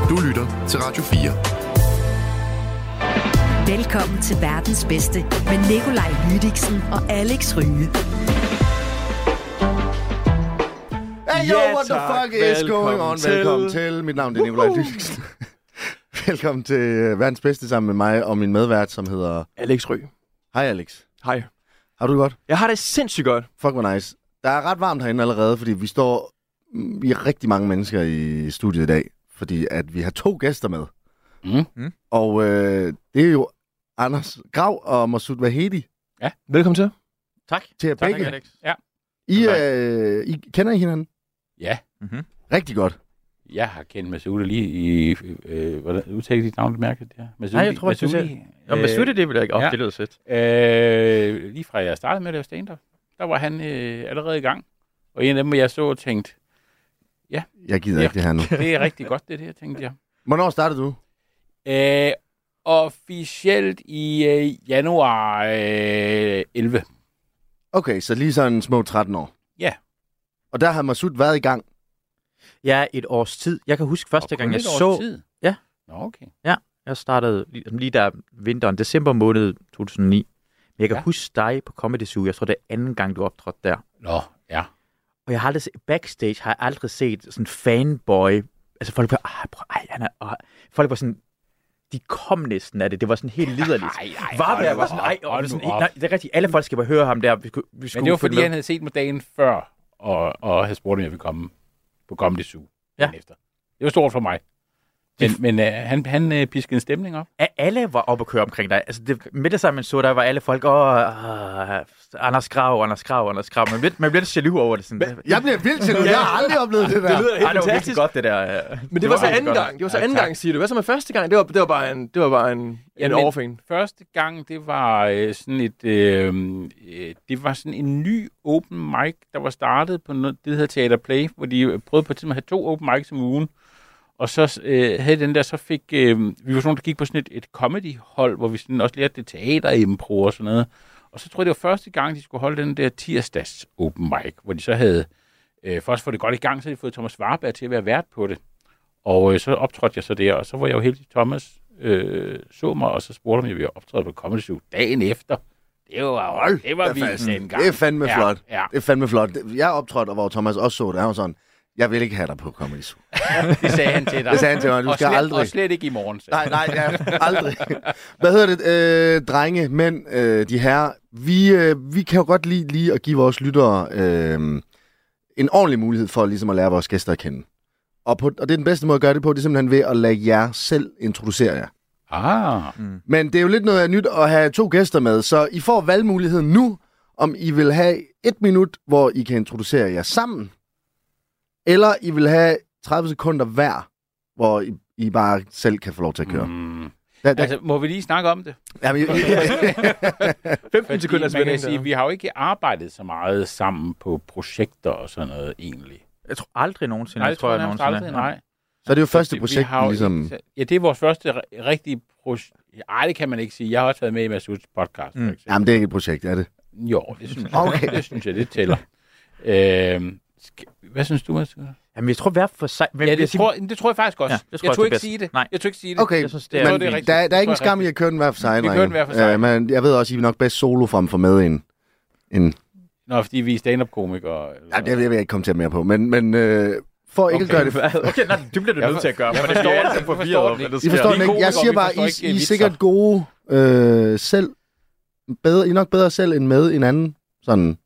Du lytter til Radio 4. Velkommen til verdens bedste med Nikolaj Lydiksen og Alex Ryge. Hey yo, what the fuck is going on? Velkommen til. Mit navn er Nikolaj Lydiksen. Velkommen til verdens bedste sammen med mig og min medvært, som hedder Alex Ryge. Hej Alex. Hej. Har du det godt? Jeg har det sindssygt godt. Fuck, hvor nice. Der er ret varmt herinde allerede, fordi vi står i rigtig mange mennesker i studiet i dag, fordi at vi har 2 gæster med. Og det er jo Anders Grav og Masoud Vahedi. Ja, velkommen til. Tak. Til jer begge. Alex. Ja. I kender I hinanden? Ja. Rigtig godt. Jeg har kendt Masoud lige i... hvordan udtaler dit navn, mærke det her? Nej, jeg tror, du siger... Masoud, det vil jeg ikke. Det lyder fedt. Lige fra jeg startede med at lave stand-up, der var han allerede i gang. Og en af dem, jeg så og tænkte... Ja. Jeg gider ikke det her nu. Det er rigtig godt, det her, tænkte jeg. Hvornår startede du? Officielt i januar 11. Okay, så lige sådan små 13 år. Ja. Og der har Masoud været i gang. Ja, et års tid. Jeg kan huske første gang, jeg så... Tid. Ja. Nå, okay. Ja, jeg startede lige der vinteren, december måned 2009. Men jeg kan huske dig på Comedy Zoo. Jeg tror, det er anden gang, du optrådte der. Nå, ja. Og jeg har aldrig backstage har jeg aldrig set sådan fanboy. Altså folk var, folk var sådan, de kom næsten af det. Det var sådan helt liderligt. Jeg var sådan, nej, det er rigtigt. Alle folk skal bare høre ham der. Vi Men det var fordi, han havde set mig dagen før, og havde spurgt, om jeg ville komme på Comedy Zoo. Ja. Efter. Det var stort for mig. Men han piskede en stemning op. Alle var oppe at køre omkring dig. Altså med det samme, man så, der var alle folk, Anders Grav. Man bliver lidt jaloux over det. Sådan. Jeg bliver vildt jaloux. Jeg har aldrig oplevet det der. Det lyder helt fantastisk. Godt, det der. Men det var så anden gang. Det var så anden gang, siger du. Hvad så med første gang? Det var bare en overfing. Første gang, det var sådan et... det var sådan en ny open mic, der var startet på noget, det hedder Teater Play, hvor de prøvede på at have 2 open mics om ugen. Og så havde den der, så fik... vi var sådan nogle, der gik på sådan et comedy-hold, hvor vi sådan også lærte det teater-impro og sådan noget. Og så tror jeg, det var første gang, de skulle holde den der tirsdags open mic, hvor de så havde... for at få det godt i gang, så havde de fået Thomas Warberg til at være vært på det. Og så optrådte jeg så der, og så var jeg jo heldig, Thomas så mig, og så spurgte om jeg ville optræde på Comedy Zoo dagen efter. Det var vildt dengang. Det er fandme flot. Ja. Det er fandme flot. Jeg optrådte, og hvor Thomas også så det. Han var sådan... Jeg vil ikke have dig på Comedy Zoo. Det sagde han til dig. Det sagde han til mig. Du skal aldrig... Og slet ikke i morgen. Så. Nej, ja, aldrig. Hvad hedder det? Drenge, mænd, de her. Vi kan jo godt lide lige at give vores lyttere en ordentlig mulighed for ligesom at lære vores gæster at kende. Og det er den bedste måde at gøre det på, det er simpelthen ved at lade jer selv introducere jer. Men det er jo lidt noget nyt at have 2 gæster med, så I får valgmuligheden nu, om I vil have 1 minut, hvor I kan introducere jer sammen, eller I vil have 30 sekunder hver, hvor I bare selv kan få lov til at køre. Altså, må vi lige snakke om det? Jamen, 15 sekunder man kan sige, vi har jo ikke arbejdet så meget sammen på projekter og sådan noget, egentlig. Jeg tror aldrig nogensinde. Nej, nej. Så er det jo første projekt, ligesom... Ja, det er vores første rigtige projekt. Ej, det kan man ikke sige. Jeg har også været med i Masouds podcast. Jamen, det er ikke et projekt, er det? Jo, det synes jeg. Okay. Det synes jeg, det tæller. Hvad synes du, Masoud? Jamen, jeg tror hver for sig... Ja, det tror jeg faktisk også. Ja, jeg tror ikke sige det. Nej. Jeg tror ikke sige det. Okay, jeg synes, det er, men det er der er ikke en skam i at køre den hver for sig. Vi kører den hver for sig. Men jeg ved også, I vil nok bedst solo frem for med en... Nå, fordi vi er stand-up-komikere. Ja, det vil jeg ikke komme til mere på. Men for ikke at gøre det... Okay, nej, det bliver du nødt til at gøre. For det står altid forvirret. I forstår det ikke. Jeg siger bare, I er sikkert gode selv. I er nok bedre selv end med en anden. Sådan...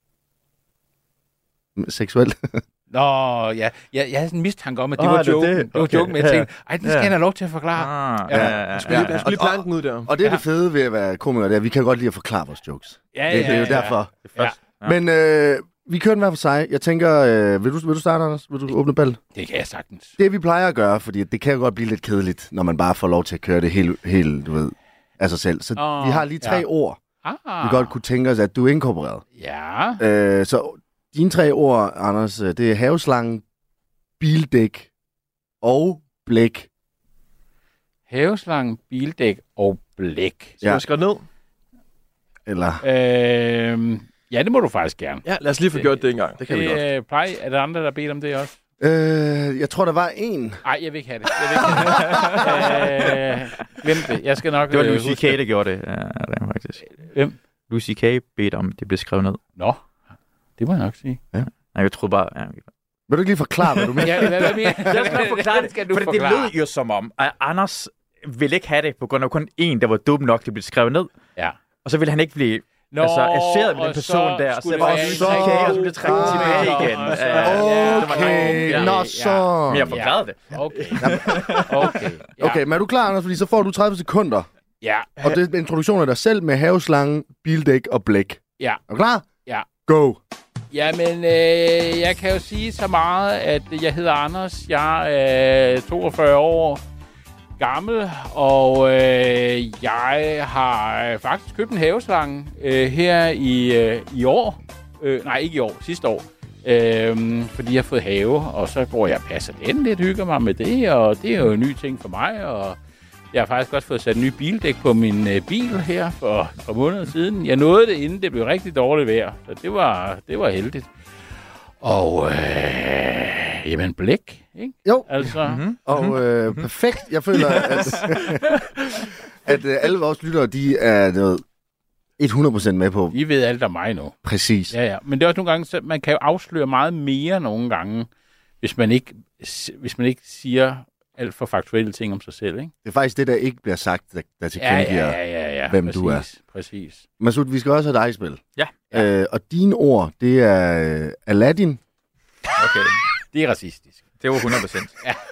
seksuelt. Nå, ja. Jeg havde sådan en mistanke om, at det var joken. Det var joken, men jeg tænkte, den skal han have lov til at forklare. Jeg skulle lige planken ud der. Og det er det fede ved at være komiker, det er, at vi kan godt lide at forklare vores jokes. Det er jo derfor. Men vi kører den hver for sig. Jeg tænker, vil du starte, Anders? Vil du åbne ballet? Det kan jeg sagtens. Det vi plejer at gøre, fordi det kan jo godt blive lidt kedeligt, når man bare får lov til at køre det helt du ved, af sig selv. Så vi har lige 3 ord, vi godt kunne tænke os, at du er inkorporeret. Ja. Så dine 3 ord, Anders, det er haveslange, bildæk og blæk. Haveslange, bildæk og blæk. Skal jeg skrive ned? Eller? Ja, det må du faktisk gerne. Ja, lad os lige få gjort det en gang. Det kan vi godt. Er der andre, der har bedt om det også? Jeg tror, der var en. Nej, jeg vil ikke have det. Glem det. Jeg skal nok... Det var Louis C.K., der gjorde det. Ja, faktisk. Hvem? Louis C.K. bedte om, det blev skrevet ned. Nå, det må jeg nok sige. Ja. Nej, jeg troede bare... Ja. Vil du ikke lige forklare, hvad du mener? Ja, hvad mere? Jeg skal nok forklare det, skal du for forklare. det lød jo som om, at Anders ville ikke have det, på grund af kun en, der var dum nok, det blev skrevet ned. Ja. Og så ville han ikke blive associeret med den person der, og så var det så blev trængt tilbage igen. Okay, så. Men jeg forklarede det. Okay, men er du klar, Anders? Fordi så får du 30 sekunder. Ja. Og det er introduktion af dig selv med haveslange, bildæk og blæk. Ja. Er du klar? Ja. Go. Jamen, jeg kan jo sige så meget, at jeg hedder Anders. Jeg er 42 år gammel, og jeg har faktisk købt en haveslange her i år. Nej, ikke i år. Sidste år. Fordi jeg har fået have, og så går jeg og passer den lidt, hygger mig med det, og det er jo en ny ting for mig, og jeg har faktisk også fået sat en ny bildæk på min bil her for måneder siden. Jeg nåede det, inden det blev rigtig dårligt vejr, så det var heldigt. Og jamen blæk, ikke? Jo. Altså. Mm-hmm. Og perfekt. Jeg føler, at alle vores lyttere, de er noget 100% med på. I ved alt om mig nu. Præcis. Ja. Men det er også nogle gange, så man kan jo afsløre meget mere nogle gange, hvis man ikke siger alt for faktuelle ting om sig selv, ikke? Det er faktisk det, der ikke bliver sagt, der tilkendegiver, hvem præcis, du er. Præcis. Masud, vi skal også have dig i spil. Ja. Og dine ord, det er Aladdin. Okay. Det er racistisk. Det var 100%. Ja.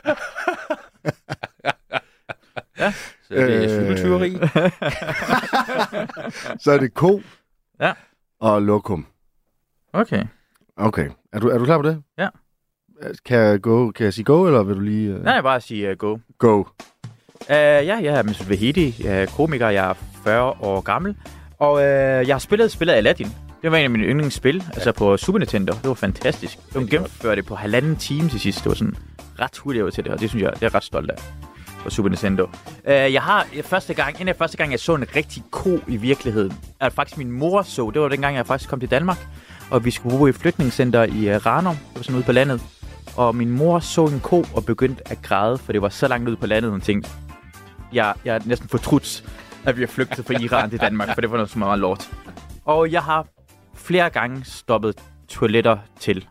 Ja. Så det er cykeltyveri. Så er det ko. Ja. Og lokum. Okay. Okay. Er du klar på det? Ja. Kan jeg sige go, eller vil du lige... Nej, bare sige go. Go. Jeg er Masud Vahedi. Jeg er komiker. Jeg er 40 år gammel. Og jeg har spillet Aladdin. Det var en af mine yndlingsspil, altså på Super Nintendo. Det var fantastisk. Det gennemførte det på 1,5 time til sidst. Det var sådan ret hurtigt til det, og det synes jeg, det er ret stolt af på Super Nintendo. En af første gang, jeg så en rigtig ko i virkeligheden, er faktisk min mor så. Det var dengang, jeg faktisk kom til Danmark, og vi skulle bo i flytningscenter i Ranum. Det var sådan ude på landet. Og min mor så en ko og begyndte at græde, for det var så langt ude på landet, og tænkte, jeg er næsten fortrudt, at vi har flygtet fra Iran til Danmark, for det var noget så meget lort. Og jeg har flere gange stoppet toiletter til.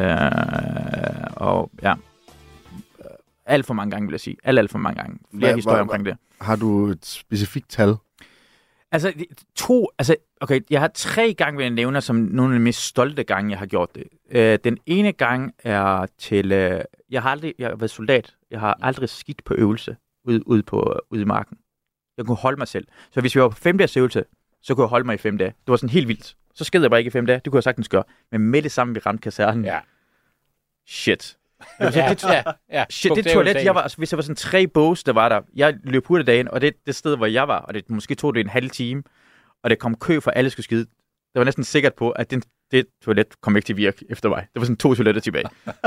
Og ja, alt for mange gange, vil jeg sige. Alt for mange gange. Flere historier omkring det. Har du et specifikt tal? Altså, okay, jeg har 3 gange, vil jeg nævne, som nogle af de mest stolte gange, jeg har gjort det. Den ene gang er til... Jeg har været soldat. Jeg har aldrig skidt på øvelse ude i marken. Jeg kunne holde mig selv. Så hvis vi var på 5 dages øvelse, så kunne jeg holde mig i 5 dage. Det var sådan helt vildt. Så sked jeg bare ikke i 5 dage. Det kunne jeg sagtens gøre. Men med det samme, vi ramte kasernen. Ja. Shit. Det toilet, jeg var, altså, hvis der var sådan 3 bås, der var der. Jeg løb hurtigt dagen, og det sted, hvor jeg var, og det måske tog det en halv time, og det kom kø for alle skulle skide. Det var næsten sikkert på, at det toilet kom ikke til virke efter mig. Det var sådan 2 toiletter tilbage.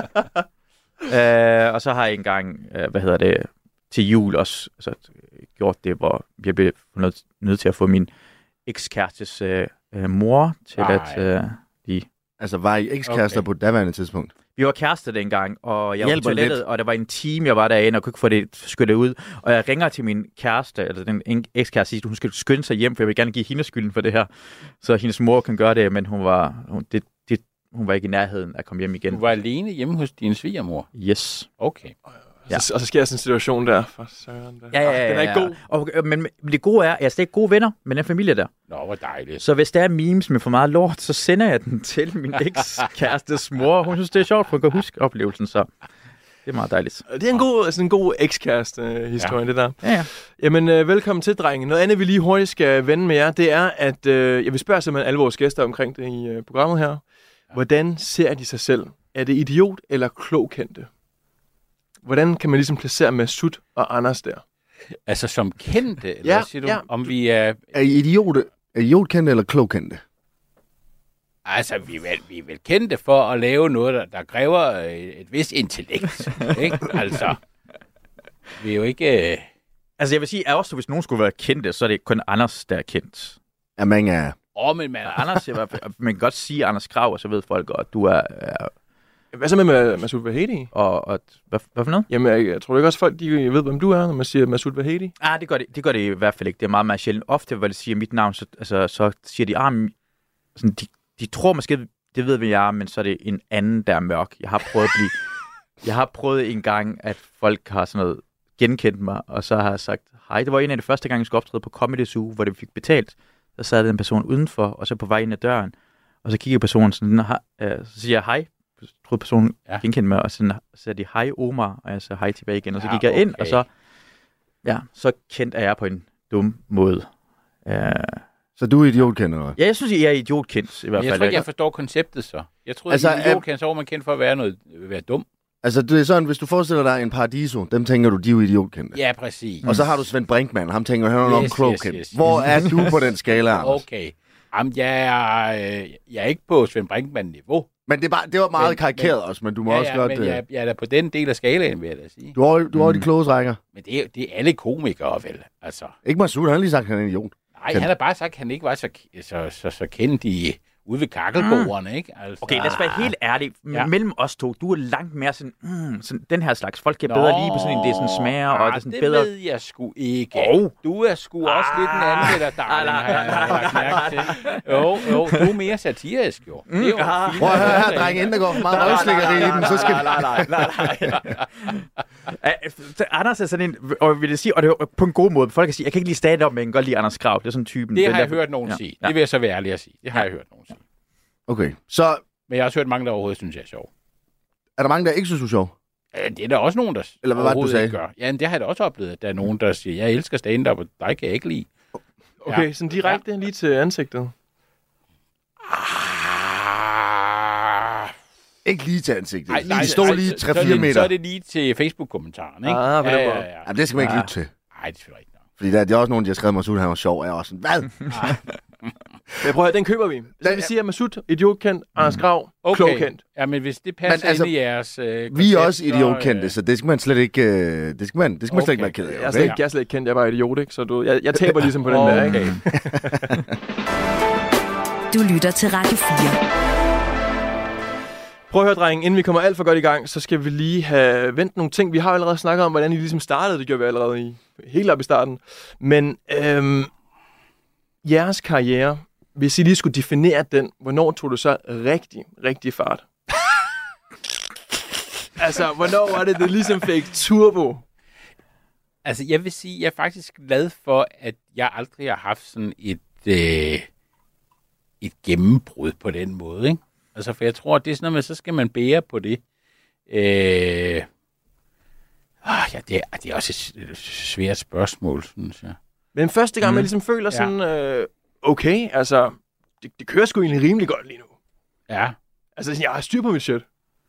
Og så har jeg engang, til jul også gjort det, hvor jeg blev nødt til at få min ekskærestes mor til at blive... Altså, var I ekskærester på daværende tidspunkt? Vi var kærester dengang, og jeg var på toilettet, og der var en time, jeg var derinde, og kunne ikke få det skyllet ud. Og jeg ringer til min kæreste, eller den ekskæreste, siger, hun skal skynde sig hjem, for jeg vil gerne give hende skylden for det her. Så hendes mor kan gøre det, men hun var ikke i nærheden at komme hjem igen. Du var alene hjemme hos din svigermor? Yes. Okay. Ja. Og så sker der sådan en situation der. For søren der. Ja. Den er ikke god. Men det gode er, at jeg er stadig gode venner med den familie der. Nå, hvor dejligt. Så hvis der er memes med for meget lort, så sender jeg den til min ekskærestes mor. Hun synes, det er sjovt, for hun kan huske oplevelsen, så det er meget dejligt. Det er en god ekskæreste-historie, det der. Ja. Jamen, velkommen til, drenge. Noget andet, vi lige hurtigt skal vende med jer, det er, at jeg vil spørge simpelthen alle vores gæster omkring det i programmet her. Hvordan ser de sig selv? Er det idiot eller klogkendte? Hvordan kan man ligesom placere Masud og Anders der? Altså som kendte, eller hvad siger du? Ja. Om vi er... Er I idiotkendte eller klogkendte? Altså, vi er vel kendte for at lave noget, der kræver et vist intellekt, ikke? Altså, vi er jo ikke... Altså, jeg vil sige, at også hvis nogen skulle være kendte, så er det kun Anders, der er kendt. Ja, mange er... Men man... Anders, man kan godt sige Anders Krav, og så ved folk, at du er... Hvad så med Masoud Vahedi? Og hvad for noget? Jamen, jeg tror ikke også folk, de ved, hvem du er, når man siger Masoud Vahedi? Det gør det i hvert fald ikke. Det er meget, meget sjældent. Ofte, hvor de siger mit navn, så siger de, sådan, de tror måske, det ved vi jeg, men så er det en anden, der er mørk. Jeg har prøvet en gang, at folk har sådan noget genkendt mig, og så har jeg sagt, hej, det var en af de første gange, jeg skulle optræde på Comedy Zoo, hvor det fik betalt. Så sad der en person udenfor, og så på vej ind ad døren, og så kigger personen sådan, så siger jeg hej, jeg troede personen genkendte mig, og så sagde de, hej Omar, og jeg sagde hej tilbage igen, og så gik jeg ind, og så kendte jeg på en dum måde. Så du er idiotkendt, eller hvad? Ja, jeg synes, jeg er idiotkendt, i hvert fald. Jeg tror ikke, jeg forstår konceptet så. Jeg tror, altså, at idiotkendt, så er man kendt for at være dum. Altså, det er sådan, hvis du forestiller dig en Paradiso, dem tænker du, de er jo idiotkendt. Ja, præcis. Og så har du Svend Brinkmann, ham tænker, han er nok klogkendt. Yes. Hvor er du på den skala, Anders? Okay. Jamen, jeg er ikke på Svend Brinkmann-niveau. Men det var meget karikeret også, men du må også godt... men jeg er da på den del af skalaen, vil jeg da sige. Du er de kloge rækker. Men det er alle komikere, vel? Altså. Ikke Masoud, han har lige sagt, at han er en idiot. Nej, han har bare sagt, at han ikke var så kendt ude ved kakkelbordene, ikke? Altså, okay, lad os være helt ærlige. Mellem os to, du er langt mere sådan, den her slags. Folk kan bedre lige på sådan en, det er sådan smager, og det er sådan det bedre... Det ved jeg sgu ikke. Du er sgu også lidt en anden, eller darling, har jeg lagt mærke til. Jo, du er mere satirisk, jo. Det er jo fint. Prøv at høre her, drenge, inden der går for meget røvslikkeri i den, så skal nej. Anders er sådan en, og vil jeg sige, og det er på en god måde. Folk kan sige, jeg kan ikke lide stand-up, men jeg kan godt lide Anders Krav. Det er sådan typen. Det har jeg hørt nogen sige. Det vil jeg så være ærlig at sige. Det har jeg hørt nogen sige. Okay, så... Men jeg har også hørt mange, der overhovedet synes, jeg er sjov. Er der mange, der ikke synes, du er sjov? Det er der også nogen, der eller hvad var det, du sagde? Gør. Ja, det har jeg da også oplevet, at der er nogen, der siger, jeg elsker stand-up, og dig kan jeg ikke lide. Okay, sådan direkte lige til ansigtet. Ikke lige til ansigtet. Nej, de står lige 3-4 meter. Så er det lige til Facebook-kommentaren, ikke? Ja, det skal man ikke lytte til. Nej, det er selvfølgelig ikke nok. Fordi der er også nogen, der har skrevet, Masoud, han var sjov, og jeg er også sådan, hvad? Men prøv at høre, den køber vi. Så vi siger, Masoud, idiotkendt, Anders Grav, klogkendt. Ja, men hvis det passer ind i jeres vi er også idiotkendte, så det skal man slet ikke, det skal man slet ikke være ked af. Jeg er slet ikke kendt, jeg er bare idiot, ikke? Så jeg taber ligesom på den der, ikke? Du lytter til Radio 4. Prøv at høre, drenge, inden vi kommer alt for godt i gang, så skal vi lige have vendt nogle ting. Vi har allerede snakket om, hvordan I ligesom startede. Det gjorde vi allerede helt op i starten. Men jeres karriere, hvis I lige skulle definere den, hvornår tog du så rigtig fart? Altså, hvornår var det ligesom fik turbo? Altså, jeg vil sige, jeg er faktisk glad for, at jeg aldrig har haft sådan et gennembrud på den måde, ikke? Altså, for jeg tror, det er sådan noget med, så skal man bære på det. Det er også et svært spørgsmål, synes jeg. Men første gang, man ligesom føler sådan, okay, altså, det kører sgu egentlig rimelig godt lige nu. Ja. Altså, jeg har styr på mit shit.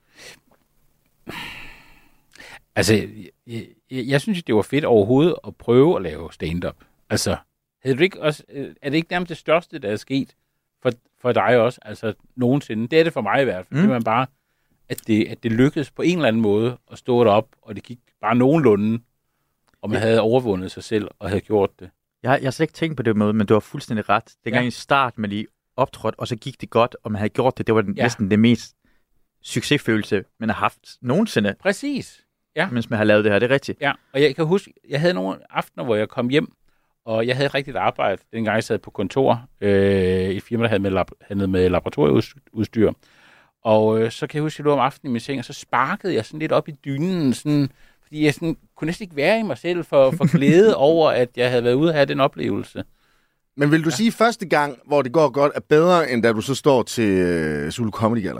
Altså, jeg synes, det var fedt overhovedet at prøve at lave stand-up. Altså, er det ikke nærmest det største, der er sket for dig også, altså nogensinde? Det er det for mig i hvert fald. Det var bare, at det lykkedes på en eller anden måde at stå derop, og det gik bare nogenlunde, og man havde overvundet sig selv og havde gjort det. Jeg har slet ikke tænkt på det måde, men du har fuldstændig ret. Dengang i start med lige optrådt, og så gik det godt, og man havde gjort det. Det var næsten det mest succesfølelse, man har haft nogensinde. Præcis. Ja. Mens man har lavet det her, det er rigtigt. Ja, og jeg kan huske, jeg havde nogle aftener, hvor jeg kom hjem, og jeg havde et rigtigt arbejde, dengang jeg sad på kontor i et firma, der havde med laboratorieudstyr. Og så kan jeg huske, at jeg lå om aftenen i min seng, og så sparkede jeg sådan lidt op i dynen, sådan, fordi jeg sådan, kunne næsten ikke være i mig selv for glæde over, at jeg havde været ude og have den oplevelse. Men vil du sige, første gang, hvor det går godt, er bedre, end da du så står til Zulu Comedy Gala?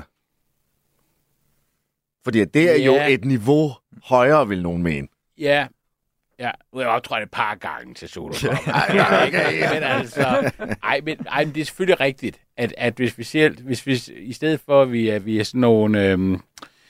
Fordi det er jo et niveau højere, vil nogen mene. Ja. Ja, nu har jeg optrådt et par gange til Zulu Comedy. Men altså, men det er selvfølgelig rigtigt, at hvis vi i stedet for, at vi er sådan nogle,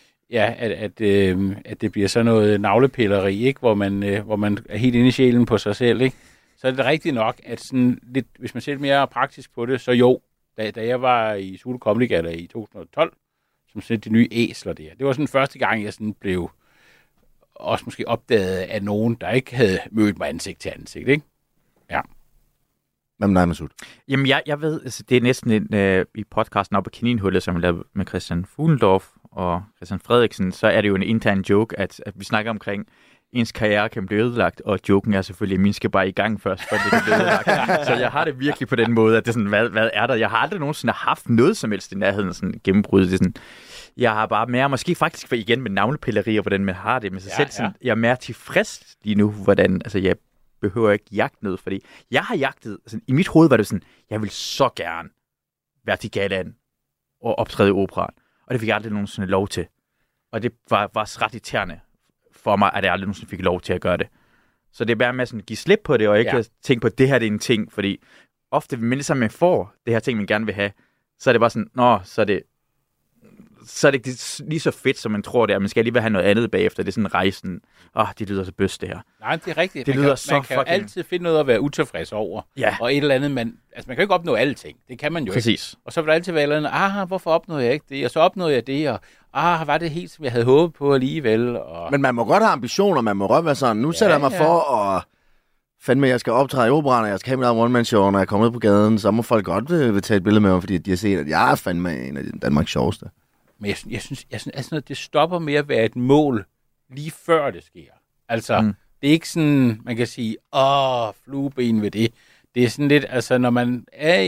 at det bliver sådan noget navlepilleri, ikke, hvor man er helt inde i sjælen på sig selv, ikke, så er det rigtigt nok, at sådan lidt, hvis man ser mere praktisk på det, så jo, da jeg var i Zulu Comedy Gala i 2012, som sådan de nye æsler der, det var sådan første gang, jeg sådan blev også måske opdaget af nogen, der ikke havde mødt mig ansigt til ansigt, ikke? Ja. Hvad med dig, Masoud? Jamen, jeg ved, altså, det er næsten i podcasten op på Kaninhullet, som jeg lavede med Christian Fuglendorf og Christian Frederiksen, så er det jo en intern joke, at vi snakker omkring, ens karriere kan blive ødelagt, og joken er selvfølgelig, at min skal bare i gang først, for det kan blive ødelagt. Så jeg har det virkelig på den måde, at det er sådan, hvad er der? Jeg har aldrig nogensinde haft noget som helst i nærheden sådan gennembrud. Det er sådan, jeg har bare mere, måske faktisk igen med navlepillerier, hvordan man har det med sig selv. Sådan, jeg er mere tilfreds lige nu, hvordan, altså jeg behøver ikke jagte noget, fordi jeg har jagtet, altså, i mit hoved var det sådan, jeg vil så gerne være til galaen og optræde i operaen, og det fik jeg aldrig nogensinde lov til. Og det var ret irriterende for mig, at jeg aldrig nogensinde fik lov til at gøre det. Så det er bare med at give slip på det, og ikke tænke på, at det her det er en ting, fordi ofte, mindst man får det her ting, man gerne vil have, så er det bare sådan, så er det ikke lige så fedt, som man tror det er. Man skal alligevel have noget andet bagefter. Det er sådan rejsen. Det lyder så bøst, det her. Nej, det er rigtigt. Det lyder så man kan altid finde noget at være utilfreds over. Ja. Og et eller andet, man kan jo ikke opnå alle ting. Det kan man jo Præcis. ikke. Og så vil der altid være et eller andet, hvorfor opnåede jeg ikke det? Og så opnåede jeg det, og var det helt, som jeg havde håbet på alligevel? Og... Men man må godt have ambitioner, man må godt være sådan, nu sætter jeg mig for at fandme, jeg skal optræde i operaen, og jeg skal have mit one-man-show, når jeg kommer ud på gaden, så må folk godt vil tage et billede med mig, fordi de har set, at jeg er fandme en af Danmarks sjoveste. Men jeg synes altså, det stopper med at være et mål, lige før det sker. Altså, det er ikke sådan, man kan sige, flueben ved det. Det er sådan lidt, altså, når man er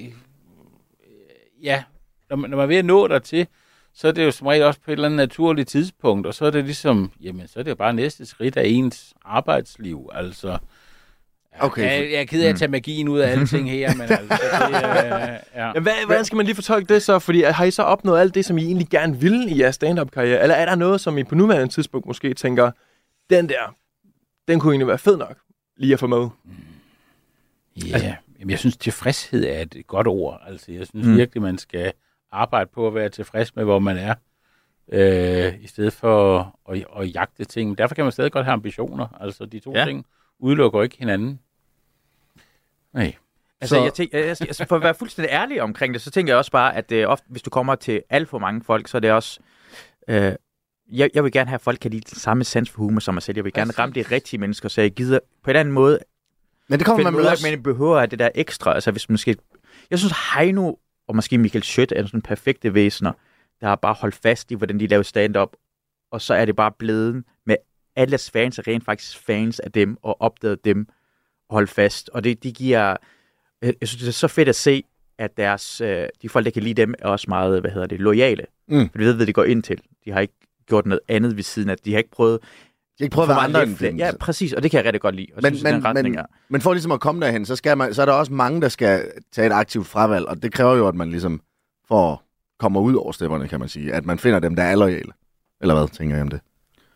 når man er ved at nå dertil, så er det jo som regel også på et eller andet naturligt tidspunkt, og så er det ligesom, jamen, så er det jo bare næste skridt af ens arbejdsliv, altså. Okay. Jeg er ked af at tage magien ud af alle ting her, men altså, det hvordan skal man lige fortolke det så? Fordi har I så opnået alt det, som I egentlig gerne vil i jeres stand-up-karriere? Eller er der noget, som I på nuværende tidspunkt måske tænker, den kunne egentlig være fed nok lige at få med? Ja, jamen, jeg synes, tilfredshed er et godt ord. Altså, jeg synes virkelig, man skal arbejde på at være tilfreds med, hvor man er, i stedet for at jagte ting. Derfor kan man stadig godt have ambitioner. Altså, de to ting udelukker ikke hinanden. Nej. Altså, for at være fuldstændig ærlig omkring det, så tænker jeg også bare, at ofte, hvis du kommer til alt for mange folk, så er det også... jeg vil gerne have, at folk kan lide den samme sans for humor som mig selv. Jeg vil gerne ramme de rigtige mennesker, så jeg gider på en eller anden måde... Men det kommer man også... Men behøver af det der ekstra. Altså, hvis måske... Jeg synes, Heino og måske Michael Schødt er sådan perfekte væsener, der har bare holdt fast i, hvordan de laver stand-up, og så er det bare blevet med alles fans, er rent faktisk fans af dem, og opdaget dem, og holde fast. Og det giver... Jeg synes, det er så fedt at se, at de folk, der kan lide dem, er også meget, loyale. For de ved, hvad de går ind til. De har ikke gjort noget andet ved siden af. De har ikke prøvet... at være andre end dem. Ja, præcis, og det kan jeg rigtig godt lide. Men for ligesom at komme derhen, så er der også mange, der skal tage et aktivt fravalg, og det kræver jo, at man ligesom kommer ud over stepperne, kan man sige. At man finder dem, der er loyale. Eller hvad, tænker jeg om det?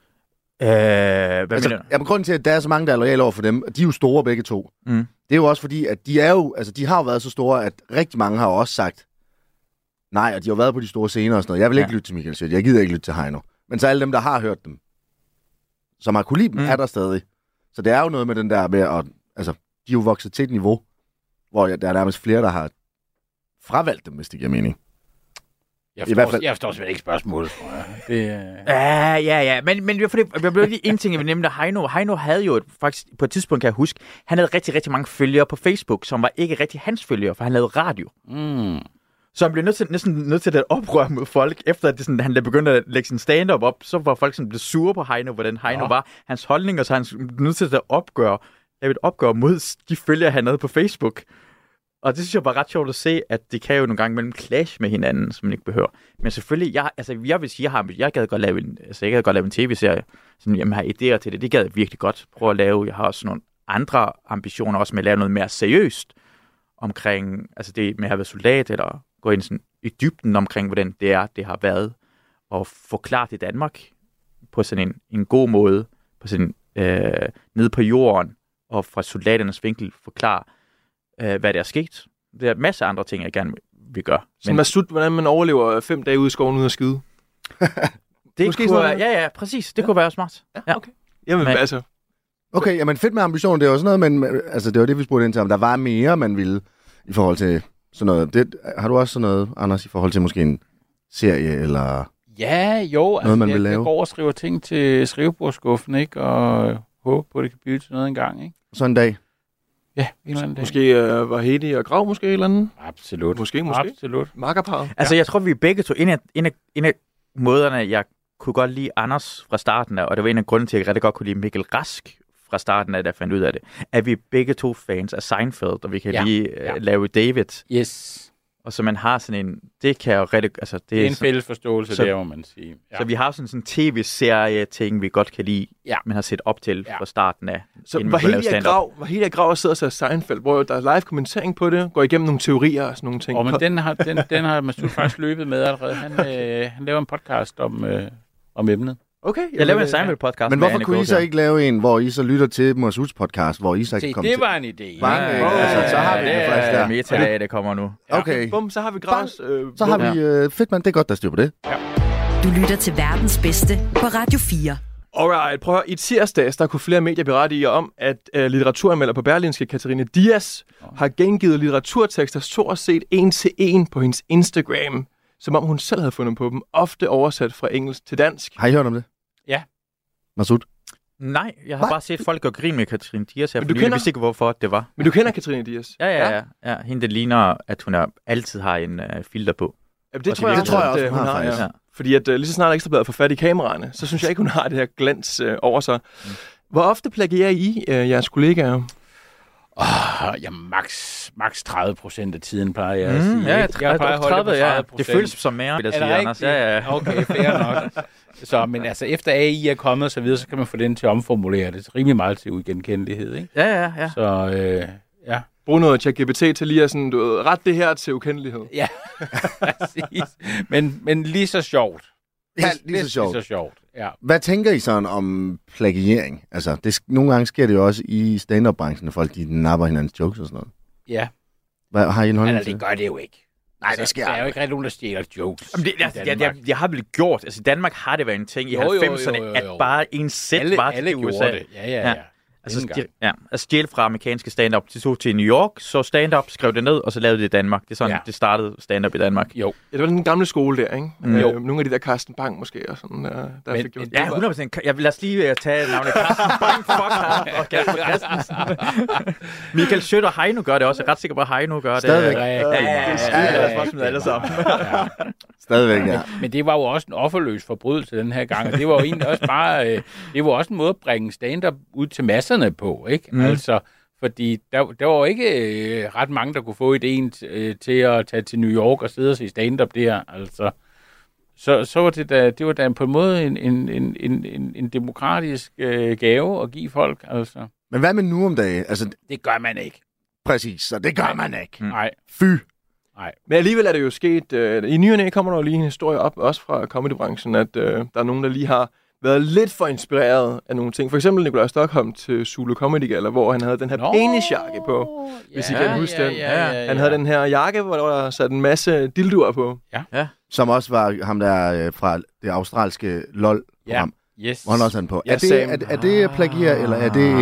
Grunden til, at der er så mange, der er loyale over for dem, de er jo store begge to. Det er jo også fordi, at de har jo været så store, at rigtig mange har også sagt nej, og de har været på de store scener og sådan noget. Jeg vil ikke lytte til Michael Schødt, jeg gider ikke lytte til Heino. Men så alle dem, der har hørt dem, som har kunne lide dem, er der stadig. Så det er jo noget med den der med at, altså, de er jo vokset til et niveau, hvor der er nærmest flere, der har fravalgt dem, hvis det giver mening. Jeg forstår simpelthen ikke spørgsmålet, tror jeg. Ja. Men jeg blev lige en ting, jeg nævnte Heino. Heino havde jo faktisk, på et tidspunkt kan jeg huske, han havde rigtig, rigtig mange følgere på Facebook, som var ikke rigtig hans følgere, for han lavede radio. Så han blev næsten nødt til at oprøre mod folk, efter at han begyndte at lægge sin stand-up op, så var folk sådan blevet sure på Heino, hvordan Heino var. Hans holdninger, så han blev nødt til at lave et opgør mod de følgere, han havde på Facebook. Og det synes jeg var ret sjovt at se, at det kan jo nogle gange mellem clash med hinanden, som man ikke behøver. Men selvfølgelig, jeg vil sige, jeg gad godt lave en tv-serie, sådan, jeg har idéer til det. Det gad jeg virkelig godt prøve at lave. Jeg har også nogle andre ambitioner, også med at lave noget mere seriøst omkring, altså det med at være soldat, eller gå ind sådan i dybden omkring, hvordan det har været, og forklare det i Danmark på sådan en god måde, på sådan nede på jorden, og fra soldaternes vinkel forklare, hvad der er sket. Der er masser af andre ting, jeg gerne vil gøre. Så Masud, hvordan man overlever 5 dage ude i skoven uden at skide? Det måske kunne være, ja, præcis. Det kunne være smart. Ja, okay. Jamen, altså... Okay, jamen fedt med ambition, det er jo sådan noget, men altså, det var det, vi spurgte ind til, om der var mere, man ville i forhold til sådan noget. Har du også sådan noget, Anders, i forhold til måske en serie, eller... Ja, jo. Noget, man vil lave? Jeg går og skriver ting til skrivebordskuffen, ikke? Og håber på, at det kan blive til noget engang, ikke? Så en dag? Ja, en eller anden dag. Måske var Hedi og Grav måske et eller andet? Absolut. Måske. Absolut. Makkerparret. Altså, jeg tror, vi begge to, en af måderne, jeg kunne godt lide Anders fra starten af, og det var en af grunden til, at jeg rigtig godt kunne lide Mikkel Rask fra starten af, da jeg fandt ud af det, at vi begge to fans af Seinfeld, og vi kan lide Larry David. Yes. Og så man har sådan en, det kan jo rigtig, altså det er en fælles forståelse, der må man sige. Ja. Så vi har sådan en tv-serie-ting, vi godt kan lide, man har set op til fra starten af. Så var helt af grav og sidder og Seinfeld, hvor der er live kommentering på det, går igennem nogle teorier og sådan nogle ting. Men den har Masud faktisk løbet med allerede. Han laver en podcast om emnet. Okay. Jeg laver en Seinfeld-podcast. Men hvorfor kunne I så ikke lave en, hvor I så lytter til Masuds podcast, hvor I så kan komme til? Det var en idé. Så har vi det faktisk der. Meta-lag, det kommer nu. Okay. Bum, så har vi græs. Så har vi fedt, mand. Det er godt, der styr på det. Ja. Du lytter til verdens bedste på Radio 4. Alright, prøv at høre. I tirsdags, der kunne flere medier berette om, at litteraturanmelder på Berlingske, Katarina Dias, har gengivet litteraturtekster stort set en til en på hendes Instagram, som om hun selv havde fundet på dem, ofte oversat fra engelsk til dansk. Har I hørt om det? Ja. Masud? Nej, jeg har bare set folk gøre grin med Katarina Dias her, fordi jeg vidste ikke, hvorfor det var. Men du kender Katarina Dias? Ja. Hende, det ligner, at hun altid har en filter på. Ja, det tror jeg også, hun har. Ja. Fordi at lige så snart Ekstrabladet får fat i kameraerne, så synes jeg ikke, hun har det her glans over sig. Hvor ofte plagierer I jeres kollegaer? Max 30% af tiden plejer jeg at sige. Ja, jeg plejer at holde det på 30%. Det føles som mere, vil jeg sige, Anders. Ja. Okay, fair nok. Så, men altså, efter AI er kommet og så videre, så kan man få den til at omformulere det rimelig meget til ugenkendelighed, ikke? Ja. Så, Brug noget ChatGPT til lige at sådan, du ved, ret det her til ukendelighed. Ja, præcis. Men lige så sjovt. Ja, lige så sjovt. Ja. Hvad tænker I sådan om plagiering? Altså, nogle gange sker det jo også i stand-up-branchen, når folk de napper hinandens jokes og sådan noget. Ja. Hvad har I en holdning til? Det gør det jo ikke. Nej, det sker. Der er jo ikke rigtig nogen, der stjæler jokes. Jeg har vel gjort. Altså, i Danmark har det været en ting i 90'erne, at bare en sæt var til USA. Alle gjorde det. Ja. Altså stjæle fra amerikanske stand-up. De tog til New York, så stand-up, skrev det ned, og så lavede det i Danmark. Det er sådan, det startede stand-up i Danmark. Jo. Ja, det var den gamle skole der, ikke? Nogle af de der Carsten Bang måske, og sådan, der fik gjort. Ja, 100%. Lad os lige tage navnet Carsten Bang, fuck ham, og Kasper Christensen. Michael Schødt og Heino gør det også. Jeg er ret sikker på, at Heino gør det. Stadigvæk. Stadigvæk, ja. Men det var jo også en offerløs forbrydelse den her gang, og det var jo egentlig også bare, det var også en måde at bringe stand-up ud til masserne på, ikke? Altså, fordi der var jo ikke ret mange, der kunne få ideen til at tage til New York og sidde og se stand-up der, altså. Så var det var da på en måde en demokratisk gave at give folk, altså. Men hvad med nu om dagen? Altså, det gør man ikke. Præcis, så det gør man ikke. Nej. Fy. Nej. Men alligevel er det jo sket, i ny og næ kommer der jo lige en historie op, også fra comedybranchen, at der er nogen, der lige har været lidt for inspireret af nogle ting. For eksempel Nikolaj Stockholm til Zulu Comedy Gala, hvor han havde den her penisjakke på, hvis I kan huske den. Han havde den her jakke, hvor der var sat en masse dildoer på. Ja. Som også var ham der fra det australske LOL-program. Yes. Hvor han også havde den på. Er det plagier, eller er det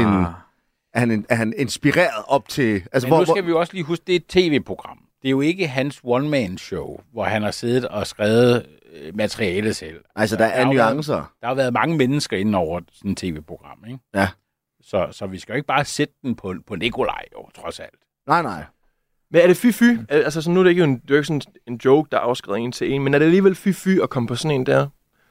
er han inspireret op til... Altså, men nu skal vi jo også lige huske, det er et tv-program. Det er jo ikke hans one-man-show, hvor han har siddet og skrevet materiale selv. Altså, der er nuancer. Der har været mange mennesker inden over sådan et tv-program, ikke? Ja. Så vi skal jo ikke bare sætte den på Nikolaj, trods alt. Nej. Men er det fy-fy? Altså, så nu er det ikke jo sådan en joke, der er afskrevet en til en, men er det alligevel fy-fy at komme på sådan en der?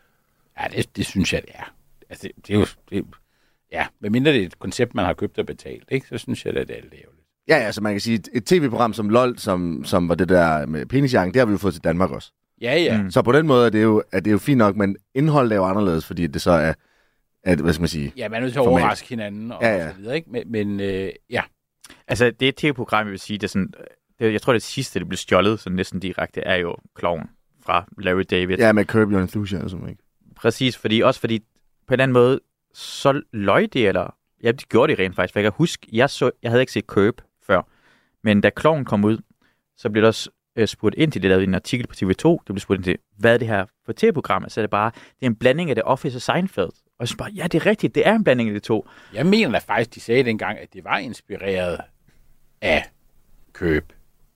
Ja, det synes jeg, det er. Altså, det er jo... Ja, medmindre det er et koncept, man har købt og betalt, ikke? Så synes jeg, det er ærgerligt. Ja, altså man kan sige, et tv-program som LOL, som var det der med penisjakken, det har vi jo fået til Danmark også. Ja. Så på den måde er det jo fint nok, men indholdet er jo anderledes, fordi det så er hvad skal man sige? Ja, man er nødt til at overraske hinanden og så videre, ikke? Men ja. Altså, det tv-program, jeg vil sige, det er sådan... Jeg tror, det sidste, det blev stjålet sådan næsten direkte, er jo Klovn fra Larry David. Ja, med Curb Your Enthusiasm, ikke? Præcis, fordi på en eller anden måde, så løg det, eller... Ja, det gjorde det rent faktisk, for jeg kan huske, jeg havde ikke set Curb før, men da Klovn kom ud, så blev der også spurgt ind til det, lavede en artikel på TV2, det blev spurgt ind til, hvad er det her for tv-program? Så er det bare, det er en blanding af The Office og Seinfeld. Og jeg synes bare, ja, det er rigtigt, det er en blanding af de to. Jeg mener da faktisk, de sagde dengang, at det var inspireret af Curb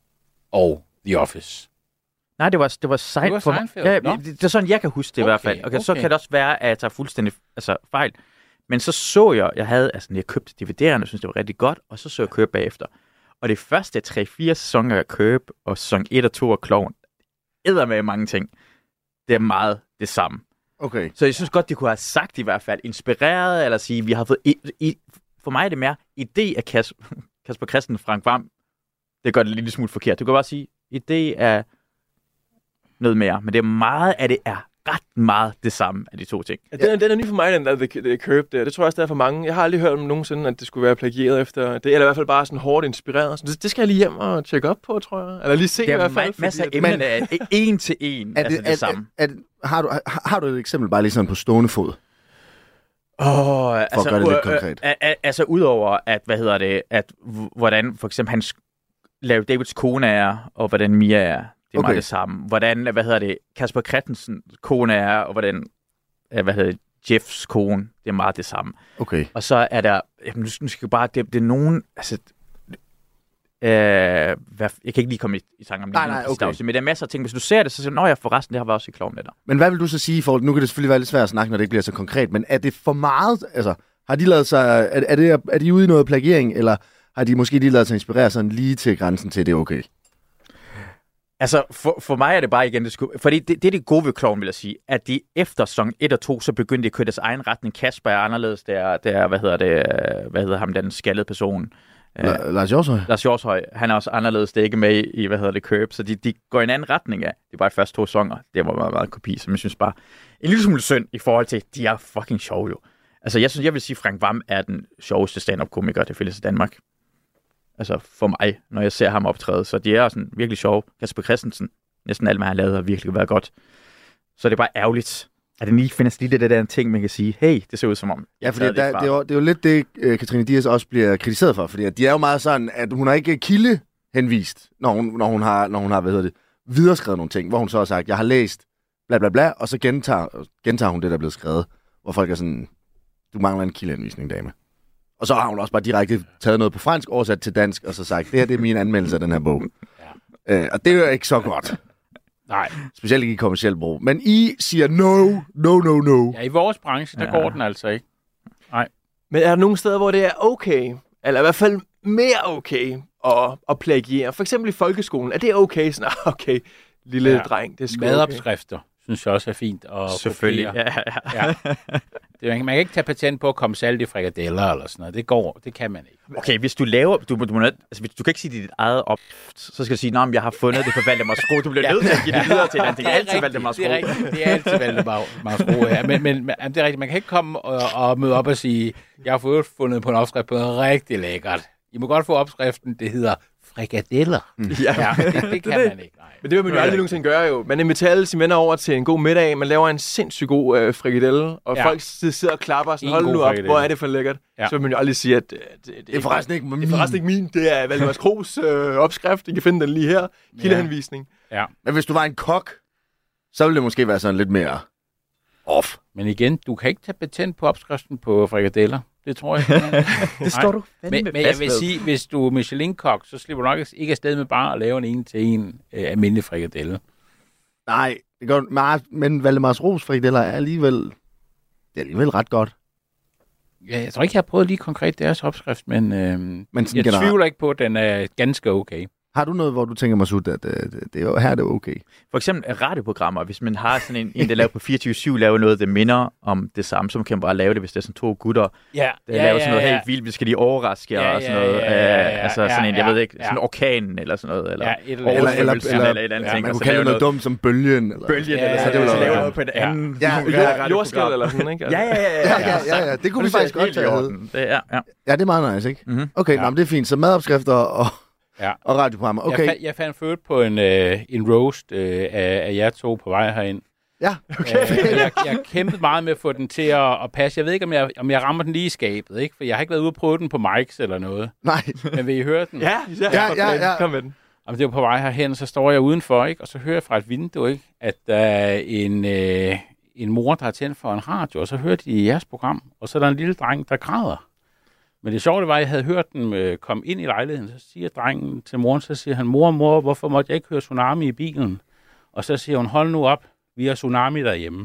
og The Office. Nej, det var Seinfeld. Ja, det er sådan, jeg kan huske det i hvert fald. Okay, så kan det også være, at jeg tager fuldstændig fejl. Men så jeg købte DVD'erne, og synes det var rigtig godt, og så jeg Curb bagefter. Og det første 3-4 sæsoner af Curb, og sæson 1 og 2 af Klovn, æder med mange ting. Det det samme. Okay. Så jeg synes godt, de kunne have sagt i hvert fald, inspireret, eller sige, vi har fået... For mig er det mere idé af Kasper Christensen og Frank Hvam. Det gør det lidt smule forkert. Du kan bare sige, idé af noget mere, men det er meget af det er ret meget det samme af de to ting. Ja, den er ny for mig, den der The Curb der. Det tror jeg også, der er for mange. Jeg har aldrig hørt om nogensinde, at det skulle være plagieret efter det, eller i hvert fald bare sådan hårdt inspireret. Så det skal jeg lige hjem og tjekke op på, tror jeg. Eller lige se det i hvert fald. Det er masser af emner, er en til en, altså det samme. Har du et eksempel bare lige sådan på stående fod? For at gøre det lidt konkret. Altså udover, at hvordan for eksempel hans Larry Davids kone er, og hvordan Mia er. Det er meget det samme. Hvordan, Kasper Christensens kone er, og hvordan, Jeffs kone, det er meget det samme. Okay. Og så er der, nu skal jeg bare, det er nogen, altså, jeg kan ikke lige komme i tanke om det. Nej, okay. Men der er masser af ting, hvis du ser det, så siger jeg, forresten, det har været også i Klovn med dig. Men hvad vil du så sige i forhold, nu kan det selvfølgelig være lidt svært at snakke, når det ikke bliver så konkret, men er det for meget, altså, har de lavet sig, er de ude i noget plagiering, eller har de måske lige lavet sig inspirere sådan lige til grænsen til, det er okay? Altså, for mig er det bare igen, fordi det er det gode ved Klovn, vil jeg sige, at de efter sæson 1 og 2, så begyndte de at køre deres egen retning. Kasper er anderledes, det er hvad hedder ham, den skaldede person? Lars Hjortshøj. Lars Hjortshøj, han er også anderledes, det er ikke med i, Curb, så de går i en anden retning af. Det er bare de første 2 sæsoner, det var meget kopi, som jeg synes bare en lille smule synd i forhold til, de er fucking sjove jo. Altså, jeg vil sige, Frank Hvam er den sjoveste stand-up-komiker, det findes i Danmark. Altså for mig, når jeg ser ham optræde. Så de er sådan virkelig sjove. Kasper Christensen, næsten alt, hvad han har lavet, har virkelig været godt. Så det er bare ærgerligt, at det lige findes lige det der ting, man kan sige, hey, det ser ud som om... Ja, fordi det er jo lidt det, Katrine Dias også bliver kritiseret for, fordi de er jo meget sådan, at hun har ikke kildehenvist, når hun har videreskrevet nogle ting, hvor hun så har sagt, jeg har læst bla bla bla, og så gentager hun det, der er blevet skrevet, hvor folk er sådan, du mangler en kildehenvisning, dame. Og så har hun også bare direkte taget noget på fransk, oversat til dansk, og så sagt, det her det er min anmeldelse af den her bog. Ja. Og det er jo ikke så godt. Nej. Specielt ikke i kommerciel brug. Men I siger no. Ja, i vores branche, der går den altså ikke. Nej. Men er der nogle steder, hvor det er okay, eller i hvert fald mere okay at plagiere? For eksempel i folkeskolen, er det okay? Sådan, okay, lille dreng, det er sgu madopskrifter, synes jeg også er fint at selvfølgelig. Ja. Man kan ikke tage patent på at komme salt i frikadeller eller sådan noget. Det kan man ikke. Okay, hvis du laver... Du kan ikke sige dit eget op, så skal du sige, jeg har fundet det på Valdemars Skro. Du bliver nødt til at give det videre til en anden. Det er altid Valdemars Skro. Det er altid Valdemars Skro, ja. Men det er rigtigt. Man kan ikke komme og møde op og sige, jeg har fundet på en opskrift på noget rigtig lækkert. I må godt få opskriften, det hedder frikadeller. Ja, det kan man ikke. Nej. Men det vil man jo aldrig nogensinde gøre jo. Man inviterer alle sine venner over til en god middag, man laver en sindssygt god frikadelle, og folk sidder og klapper sådan, hold nu op, hvor er det for lækkert. Ja. Så vil man jo aldrig sige, at det er forresten ikke min. Det er forresten ikke min, det er Valdemars Kros opskrift, I kan finde den lige her. Kildehenvisning. Ja. Men hvis du var en kok, så ville det måske være sådan lidt mere off. Men igen, du kan ikke tage patent på opskriften på frikadeller. Det tror jeg. Det står du men jeg vil sige, hvis du er Michelin-kok, så slipper du nok ikke afsted med bare at lave en til en almindelig frikadelle. Nej, det går, men Valdemars Ros frikadeller er alligevel ret godt. Ja, jeg tror ikke, jeg har prøvet lige konkret deres opskrift, men jeg tvivler ikke på, at den er ganske okay. Har du noget, hvor du tænker, Masud, at her er det okay? For eksempel radioprogrammer. Hvis man har sådan en der laver på 24/7, laver noget, der minder om det samme, så kan man bare lave det, hvis det er sådan 2 gutter, der laver sådan noget helt vildt, vi skal lige overraske og sådan noget. Altså sådan en, jeg ved ikke, sådan orkanen eller sådan noget. Eller eller et andet ting. Man kunne kalde noget dumt som bølgen. Bølgen, eller så lave noget på en anden. Jordskæld eller sådan, ikke? Ja. Det kunne vi faktisk godt tage. Ja, det er meget nice, ikke? Okay, det er fint. Så madopskrifter og radioprogrammer. Okay. Jeg fandt ført på en roast af jer to på vej herind. Ja, okay. Jeg kæmpede meget med at få den til at passe. Jeg ved ikke, om jeg rammer den lige i skabet, ikke? For jeg har ikke været ude og prøve den på mics eller noget. Nej. Men vil I høre den? Ja. Kom med den. Jamen, det var på vej herhen, så står jeg udenfor, ikke? Og så hører jeg fra et vindue, ikke? At der er en mor, der har tændt for en radio, og så hørte de jeres program, og så er der en lille dreng, der græder. Men det sjove var, at jeg havde hørt dem komme ind i lejligheden. Så siger drengen til moren, så siger han, mor, hvorfor måtte jeg ikke høre Tsunami i bilen? Og så siger hun, hold nu op, vi har Tsunami derhjemme.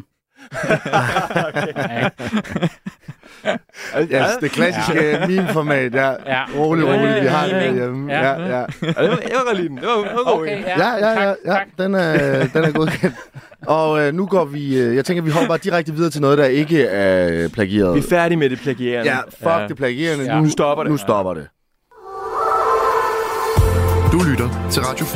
Det klassiske meme-format, rolig, vi har det derhjemme. Ja. Det var lige den. Det var okay. Ja. Den er godkendt. Og nu går vi... jeg tænker, vi hopper bare direkte videre til noget, der ikke er plagieret. Vi er færdige med det plagierende. Ja, fuck det plagierende. Ja. Nu stopper det. Nu stopper det. Du lytter til Radio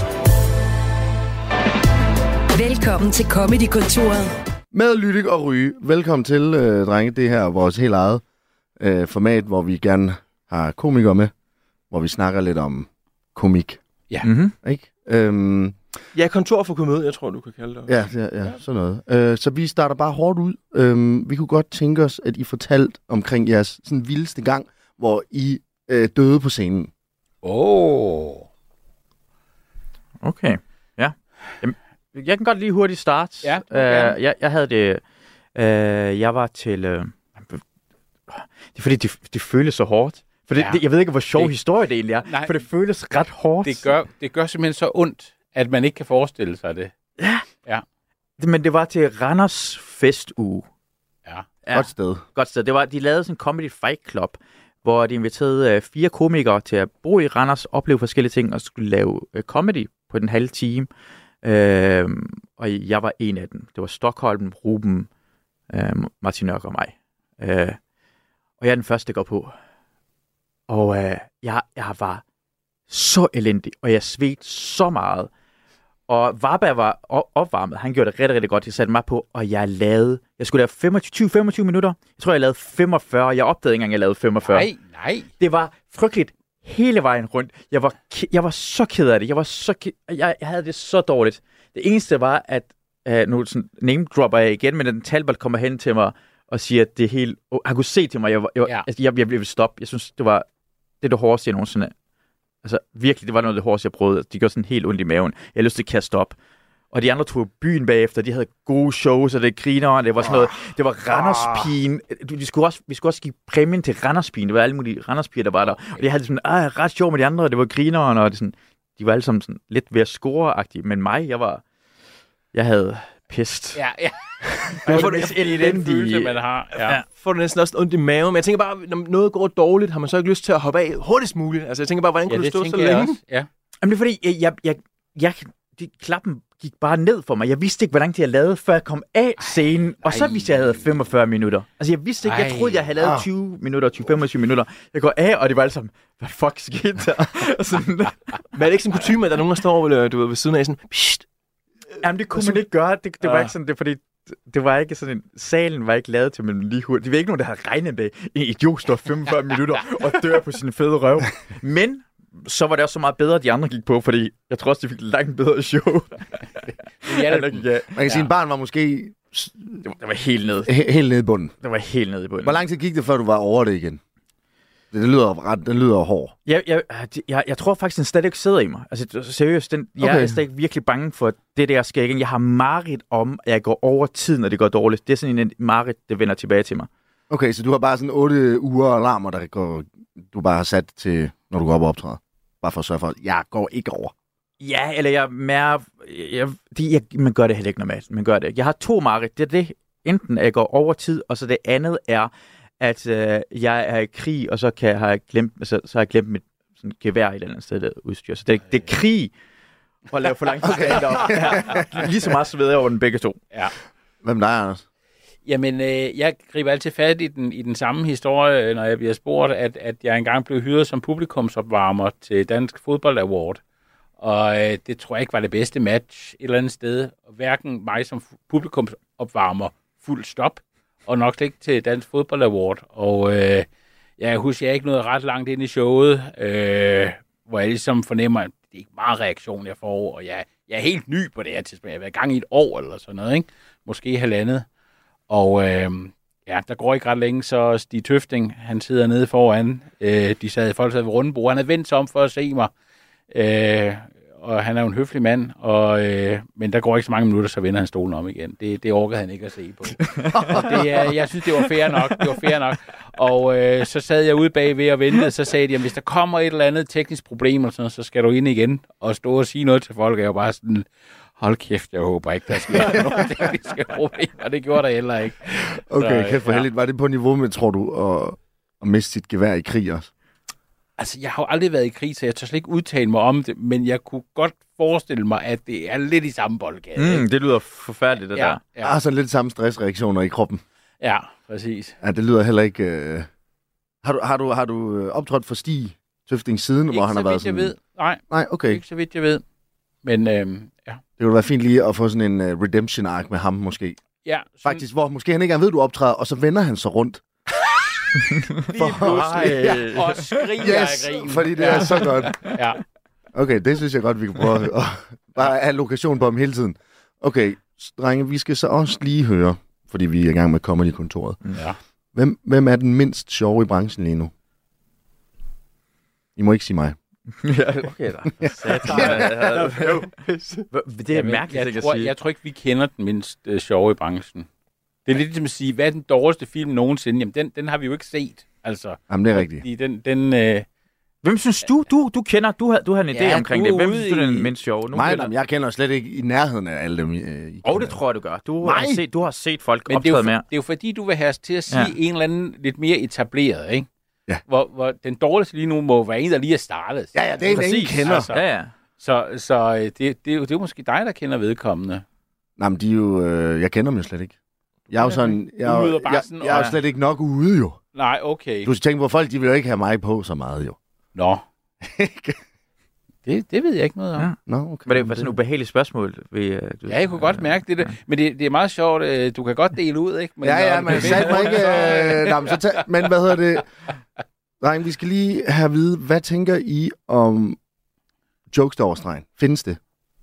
4. Velkommen til Comedy-kontoret. Med Lydik og Ryge. Velkommen til, drenge. Det her er vores helt eget format, hvor vi gerne har komikere med. Hvor vi snakker lidt om komik. Ja. Mm-hmm. Ikke? Ja, kontor for komedie, jeg tror, du kan kalde det. Ja, sådan noget. Så vi starter bare hårdt ud. Vi kunne godt tænke os, at I fortalte omkring jeres sådan vildeste gang, hvor I døde på scenen. Okay, ja. Jamen, jeg kan godt lige hurtigt starte. Ja, jeg havde det... jeg var til... det er fordi, det føles så hårdt. For jeg ved ikke, hvor sjov historie det egentlig er. Nej, for det føles ret hårdt. Det gør simpelthen så ondt, at man ikke kan forestille sig det. Ja. Men det var til Randers Festuge. Ja. Godt sted. Godt sted. De lavede sådan en Comedy Fight Club, hvor de inviterede 4 komikere til at bo i Randers, opleve forskellige ting og skulle lave comedy på den halve time. Og jeg var en af dem. Det var Stockholm, Ruben, Martin Nørk og mig. Og jeg er den første, der går på. Og jeg var så elendig, og jeg svedte så meget. Og Varberg var opvarmet. Han gjorde det rigtig, rigtig godt. Jeg satte mig på, og jeg skulle lave 20-25 minutter. Jeg tror, jeg lavede 45. Jeg opdagede ikke engang, jeg lavede 45. Nej. Det var frygteligt hele vejen rundt. Jeg var så ked af det. Jeg havde det så dårligt. Det eneste var, at nu sådan name-dropper jeg igen, men den Talbot kommer hen til mig og siger, at det er helt... Han kunne se til mig, jeg ville stoppe. Jeg synes, det var det hårdeste, jeg nogensinde... Altså virkelig, det var noget af det hårdeste, jeg prøvede. De gjorde sådan helt ondt i maven. Jeg havde lyst til at kaste op. Og de andre tog byen bagefter. De havde gode shows, og det griner. Det var sådan noget... Det var Randerspigen. Vi skulle også give præmien til Randerspigen. Det var alle mulige Randerspiger, der var der. Og de havde sådan ret sjov med de andre, og det var grineren, og det sådan... De var alle sammen sådan lidt ved at score-agtige. Men mig, jeg havde pest. Ja. Det var det mest elendige følelse, man har. Ja. Får du næsten også ondt i maven. Men jeg tænker bare, når noget går dårligt, har man så ikke lyst til at hoppe af hurtigst muligt? Altså jeg tænker bare, hvordan kunne du stå så længe? Også. Ja. Jamen det er fordi, klappen gik bare ned for mig. Jeg vidste ikke, hvordan de havde lavet, før jeg kom af scenen. Og så vidste jeg, at jeg havde 45 minutter. Altså jeg vidste ikke, jeg troede, jeg havde lavet 20 minutter, 25 minutter. Jeg går af, og det var alle sammen, hvad fuck skete der? Men er det ikke sådan en kutyme, at der er nogen, der står ved siden af sådan, pssst. Jamen det kunne man ikke gøre. Det var ikke sådan, det fordi... Det var ikke sådan salen var ikke lavet til, men lige hurtigt. Det var ikke nogen, der havde regnet med, en idiot står 45 minutter og dør på sin fede røv. Men så var det også så meget bedre, at de andre gik på, fordi jeg tror også, de fik langt bedre show. Man kan sige, en barn var måske... Det var helt nede. Helt nede i bunden. Det var helt nede i bunden. Hvor lang tid gik det, før du var over det igen? Det lyder hård. Jeg tror faktisk, den stadig ikke sidder i mig. Altså seriøst, jeg er stadig virkelig bange for det der sker igen. Jeg har mareridt om, at jeg går over tid, når det går dårligt. Det er sådan en mareridt, der vender tilbage til mig. Okay, så du har bare sådan 8 uger alarmer, du bare har sat til, når du går op og optræder. Bare for at sørge for, at jeg går ikke over. Ja, eller man gør det heller ikke normalt. Man gør det ikke. Jeg har 2 mareridt. Det er det. Enten at jeg går over tid, og så det andet er, at jeg er i krig, og så har jeg glemt mit sådan, gevær i et eller andet sted, der udstyr. Så det er krig at lave for langt stand-up. Ja. Lige så meget sveder jeg over den begge to. Ja. Hvem dig, Anders? Jamen, jeg griber altid fat i den samme historie, når jeg bliver spurgt, at jeg engang blev hyret som publikumsopvarmer til Dansk Fodbold Award. Og det tror jeg ikke var det bedste match et eller andet sted. Hverken mig som publikumsopvarmer fuld stop, og nok ikke til Dansk Fodbold Award. Og jeg husker, jeg ikke nåede ret langt ind i showet, hvor jeg ligesom fornemmer, at det er ikke meget reaktion, jeg får, og jeg er helt ny på det her tidspunkt. Jeg har været i gang i et år eller sådan noget, ikke? Måske 1,5. Og der går ikke ret længe, så Stig Tøfting, han sidder nede foran. Folk sad ved rundebord. Han havde vendt sig om for at se mig. Og han er jo en høflig mand, men der går ikke så mange minutter, så vender han stolen om igen. Det orkede han ikke at se på. Jeg synes, det var fair nok. Og så sad jeg ude bagved og ventede, så sagde de, at hvis der kommer et eller andet teknisk problem, eller sådan, så skal du ind igen og stå og sige noget til folk. Jeg var bare sådan, hold kæft, jeg håber ikke, der sker noget tekniske problemer. Det gjorde der heller ikke. Okay, kæft for heldigt. Var det på niveau med, tror du, at miste sit gevær i krig også? Altså, jeg har jo aldrig været i krig, så jeg tør slet ikke udtale mig om det, men jeg kunne godt forestille mig, at det er lidt i samme boldgade. Det lyder forfærdeligt, det der. Jeg har sådan lidt samme stressreaktioner i kroppen. Ja, præcis. Ja, det lyder heller ikke... Har du optrådt for Stig Tøfting siden, hvor han har været sådan... Ikke så vidt jeg ved. Nej, okay. Ikke så vidt jeg ved. Men ja. Det ville være fint lige at få sådan en redemption-ark med ham, måske. Ja. Faktisk, hvor måske han ikke engang ved, du optræder, og så vender han sig rundt. Lige pludselig. Og skriger af grin. Fordi det er så godt. Ja. Okay, det synes jeg godt, vi kan prøve at bare have lokation på ham hele tiden. Okay, drenge, vi skal så også lige høre, fordi vi er i gang med Comedy-kontoret. Ja. Hvem er den mindst sjove i branchen lige nu? I må ikke sige mig. Ja, okay da. Det er mærkeligt, jeg tror ikke, vi kender den mindst sjove i branchen. Det er lidt ligesom at sige, hvad er den dårligste film nogensinde? Jamen, den har vi jo ikke set. Altså, jamen, det er rigtigt. Hvem synes du kender? Du har en idé omkring det. Hvem synes du er den mindst sjove? Jeg kender slet ikke i nærheden af alle dem. Det tror jeg, du gør. Du har set folk optræde mere. Det er jo fordi, du vil have os til at sige en eller anden lidt mere etableret, ikke? Ja. Hvor den dårligste lige nu må være en, der lige er startet. Ja, det er en, ingen kender. Altså, Så det er jo måske dig, der kender vedkommende. Nej, men de er jo... jeg kender dem jo slet ikke. Jeg er jo sådan... Jeg er jo slet ikke nok ude, jo. Nej, okay. Du skal tænke på, folk de vil jo ikke have mig på så meget, jo. Nå. det ved jeg ikke noget om. Ja. Nå, okay. Men det var sådan et ubehageligt spørgsmål. Jeg kunne godt mærke det. Men det er meget sjovt. Du kan godt dele ud, ikke? Men men sagde mig ikke... Men hvad hedder det? Dreng, vi skal lige have at vide, hvad tænker I om jokes over stregen? Findes det?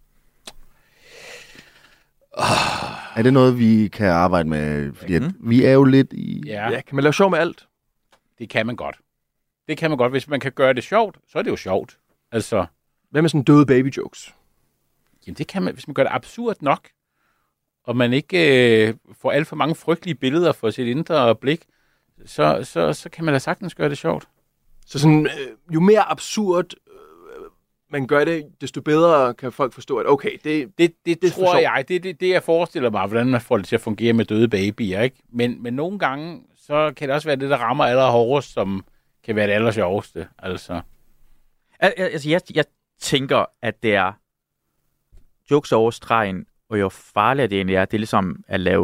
Er det noget, vi kan arbejde med? Fordi vi er jo lidt i... Ja, kan man lave sjov med alt? Det kan man godt. Det kan man godt. Hvis man kan gøre det sjovt, så er det jo sjovt. Altså... Hvad med sådan døde baby jokes? Jamen det kan man, hvis man gør det absurd nok, og man ikke får alt for mange frygtelige billeder for sit indre blik, så kan man da sagtens gøre det sjovt. Så sådan, jo mere absurd man gør det, desto bedre kan folk forstå, at okay, det tror jeg. Det jeg forestiller mig, hvordan man får det til at fungere med døde babyer, ikke? Men nogle gange, så kan det også være det, der rammer allerhårdest, som kan være det allersjoveste. Altså jeg tænker, at det er jokes over stregen, og jo farligere det egentlig er, det er ligesom at lave,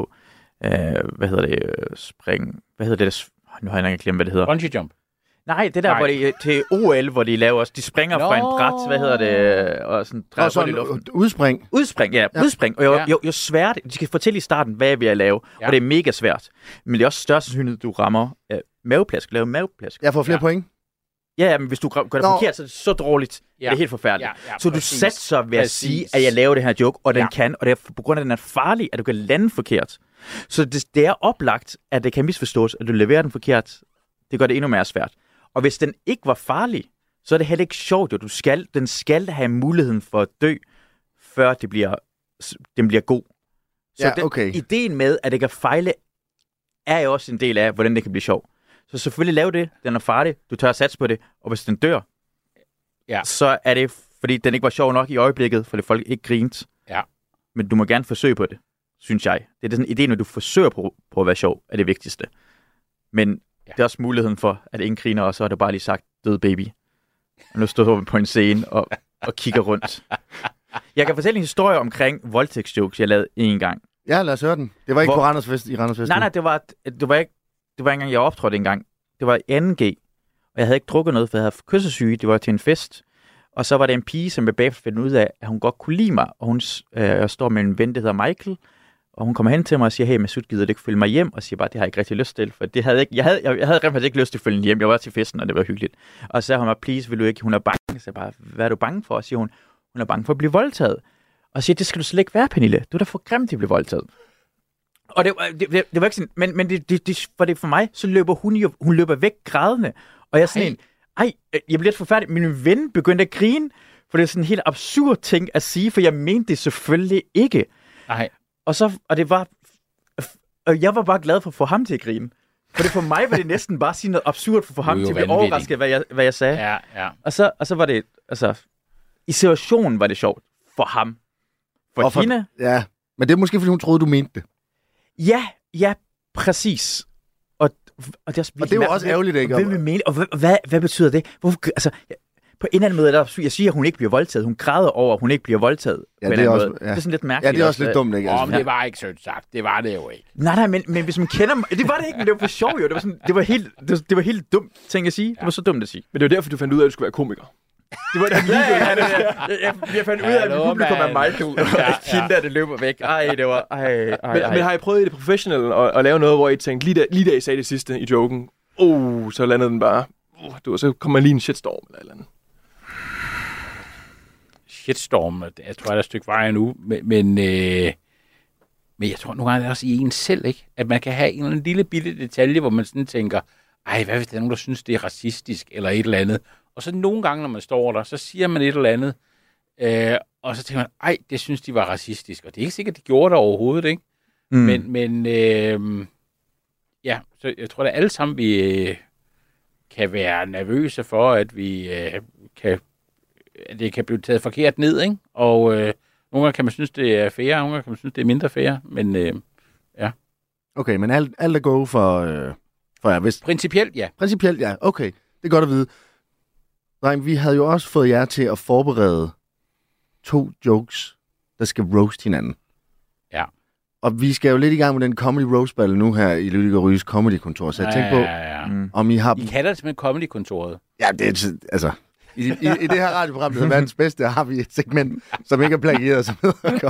spring, nu har jeg ikke glemt, hvad det hedder. Bungee jump. Nej, det der, hvor de, til OL, hvor de laver også, de springer fra en bræt, og sådan udspring. Udspring, og jo svært, de skal fortælle i starten, hvad jeg vil lave, og det er mega svært, men det er også størst sandsynlighed, du rammer lave maveplask. Jeg får flere point. Ja, men hvis du gør det forkert, så er det så dårligt. Ja. Det er helt forfærdeligt. Ja, så du satser ved at sige, at jeg laver det her joke, og den kan, og det er på grund af, at den er farlig, at du kan lande forkert. Så det er oplagt, at det kan misforstås, at du leverer den forkert. Det gør det endnu mere svært. Og hvis den ikke var farlig, så er det heller ikke sjovt. Jo. Den skal have muligheden for at dø, før den bliver god. Så ideen med, at det kan fejle, er jo også en del af, hvordan det kan blive sjov. Så selvfølgelig lav det. Den er farlig. Du tør at satse på det. Og hvis den dør, så er det, fordi den ikke var sjov nok i øjeblikket, fordi folk ikke grinte. Ja. Men du må gerne forsøge på det, synes jeg. Det er sådan ideen, når du forsøger på at være sjov, er det vigtigste. Men det er også muligheden for, at ingen griner, og så har du bare lige sagt, død baby. Og nu står du på en scene og kigger rundt. Jeg kan fortælle en historie omkring voldtægtsjokes, jeg lavede en gang. Ja, lad os høre den. Det var ikke på Randers Fest, i Randers Fest. Nej, det var ikke engang, jeg optrådte engang. Det var i 2G, og jeg havde ikke drukket noget, for jeg havde kyssesyge. Det var til en fest. Og så var der en pige, som bagefter fandt ud af, at hun godt kunne lide mig. Og jeg står med en ven, der hedder Michael. Og hun kommer hen til mig og siger, hey Masud, gider du ikke følge mig hjem? Og siger bare, det har jeg ikke rigtig lyst til. For det havde jeg havde rent faktisk ikke lyst til at følge hjem. Jeg var til festen, og det var hyggeligt. Og så sagde hun mig, please, vil du ikke? Hun er bange. Så jeg bare, hvad er du bange for? Og siger hun er bange for at blive voldtaget. Og siger, det skal du slet ikke være, Pernille. Du er da for grim til at blive voldtaget. Og det var ikke sådan, men for mig, så løber hun løber væk grædende. Og jeg er sådan jeg bliver lidt forfærdelig. Min ven begyndte at grine, for det er sådan en helt absurd ting at sige, for jeg mente det selvfølgelig ikke. Nej. Og jeg var bare glad for at få ham til at grine. For for mig var det næsten bare at sige noget absurd for at få ham til at blive overrasket, hvad jeg sagde. Ja. Og så var det, i situationen var det sjovt for ham. For hende. Ja, men det er måske, fordi hun troede, du mente det. Ja, præcis. Og det er jo også ærgerligt, ikke? Og hvad betyder det? på en eller anden måde, jeg siger, at hun ikke bliver voldtaget. Hun græder over, at hun ikke bliver voldtaget. Ja, det er også, det er sådan lidt mærkeligt. Ja, det er også lidt dumt, ikke? Men det var ikke sødt sagt. Det var det jo ikke. Nej, men hvis man kender mig... Det var det ikke, men det var for sjov, jo. Det var helt dumt, ting at sige. Det var så dumt at sige. Men det var derfor, du fandt ud af, at du skulle være komiker. Det var da jeg fandt ud af, at publikum er Michael, og hende der, det løber væk. Det var... Men har I prøvet i det professionelle at lave noget, hvor I tænkte, lige da I sagde det sidste i joken, så landede den bare... så kommer lige en shitstorm eller et eller andet. Shitstorm, jeg tror, der er et stykke vej nu, men jeg tror nogle gange, det er også i en selv, ikke? At man kan have en lille bitte detalje, hvor man sådan tænker, hvad hvis der er nogen, der synes, det er racistisk, eller et eller andet. Og så nogle gange, når man står der, så siger man et eller andet, og så tænker man, det synes de var racistisk. Og det er ikke sikkert, de gjorde det overhovedet, ikke? Men så jeg tror, at alle sammen vi kan være nervøse for, at vi at det kan blive taget forkert ned, ikke? Og nogle gange kan man synes, det er fair, nogle gange kan man synes, det er mindre fair, men ja. Okay, men alt er go for jer, hvis... Principielt, ja. Principielt, ja. Okay, det er godt at vide. Dreng, vi havde jo også fået jer til at forberede 2 jokes, der skal roast hinanden. Ja. Og vi skal jo lidt i gang med den comedy roast battle nu her i Lydik og Ryges comedy-kontor, så jeg tænkte på, om I har... I kalder det simpelthen comedy-kontoret. Ja, det er altså... I det her radioprogram, der hedder Verdens Bedste, har vi et segment, som ikke er plagieret, som hedder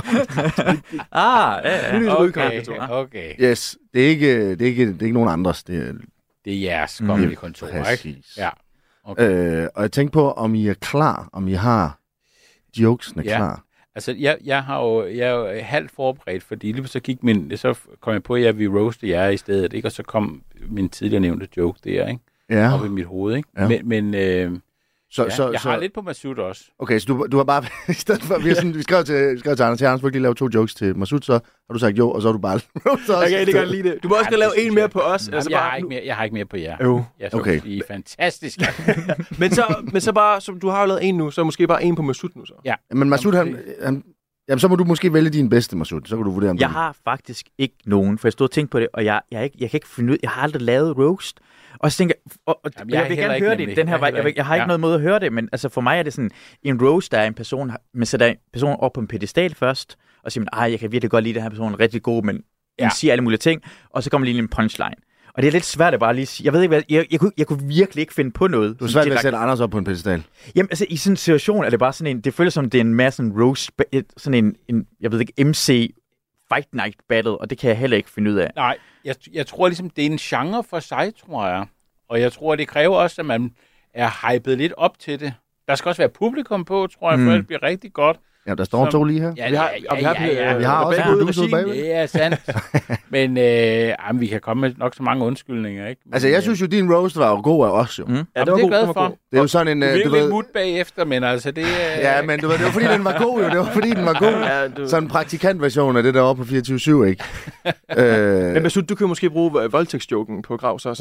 Okay. Yes, det er ikke nogen andres. Det er jeres comedy-kontor, ikke? Ja. Okay. Og jeg tænkte på, om I er klar, om I har jokesene klar. Altså, jeg er jo halvt forberedt, fordi lige så kom jeg på, at jeg ville roaste jer i stedet, ikke? Og så kom min tidligere nævnte joke der, ikke? Ja. Op i mit hoved, ikke? Ja. Men jeg har lidt på Masud også. Okay, så du har bare... I stedet for, vi skrev til Anders, vil lige lave 2 jokes til Masud, så har du sagt jo, og så har du bare... Okay, det kan lide det. Du må også lave en mere på os. Altså, jeg har ikke mere på jer. Jo. Jeg synes, I er fantastiske. men så bare, så du har jo lavet en nu, så måske bare en på Masud nu så. Ja. Men Masud, jamen, så må du måske vælge din bedste, Masud. Så kan du vurdere, om jeg har faktisk ikke nogen, for jeg stod og tænkte på det, og jeg kan ikke finde ud... Jeg har aldrig lavet roast. Og så tænker jeg vil gerne høre det. Den her jeg har ikke noget måde at høre det, men altså for mig er det sådan en roast, der er en person, man sætter en person op på en pedestal først, og siger, jeg kan virkelig godt lide den her person, rigtig god, men den siger alle mulige ting, og så kommer lige en punchline. Og det er lidt svært at bare lige sige. Jeg ved ikke, hvad... Jeg kunne virkelig ikke finde på noget. Du er svært ved at sætte Anders op på en pedestal. Jamen, altså, i sådan en situation er det bare sådan en... Det føles som, det er en masse roast... Sådan en jeg ved ikke, MC Fight Night Battle, og det kan jeg heller ikke finde ud af. Nej, jeg tror ligesom, det er en genre for sig, tror jeg. Og jeg tror, det kræver også, at man er hypet lidt op til det. Der skal også være publikum på, tror jeg, for det bliver rigtig godt. Ja, der står 2 lige her. Ja, vi har også en ude bagved. Ja, sandt. Men vi kan komme med nok så mange undskyldninger, ikke? Men, altså, jeg synes jo, din roast var jo god af os, jo. Ja, det er jeg glad for. Det er jo sådan en... Du er virkelig mut bagefter, men altså, det er... Ja, men det var fordi, den var god, jo. Det var fordi, den var god. Sådan en praktikantversion af det der oppe på 24/7, ikke? Men Masud, du kan måske bruge voldtægtsjoken på Grav, så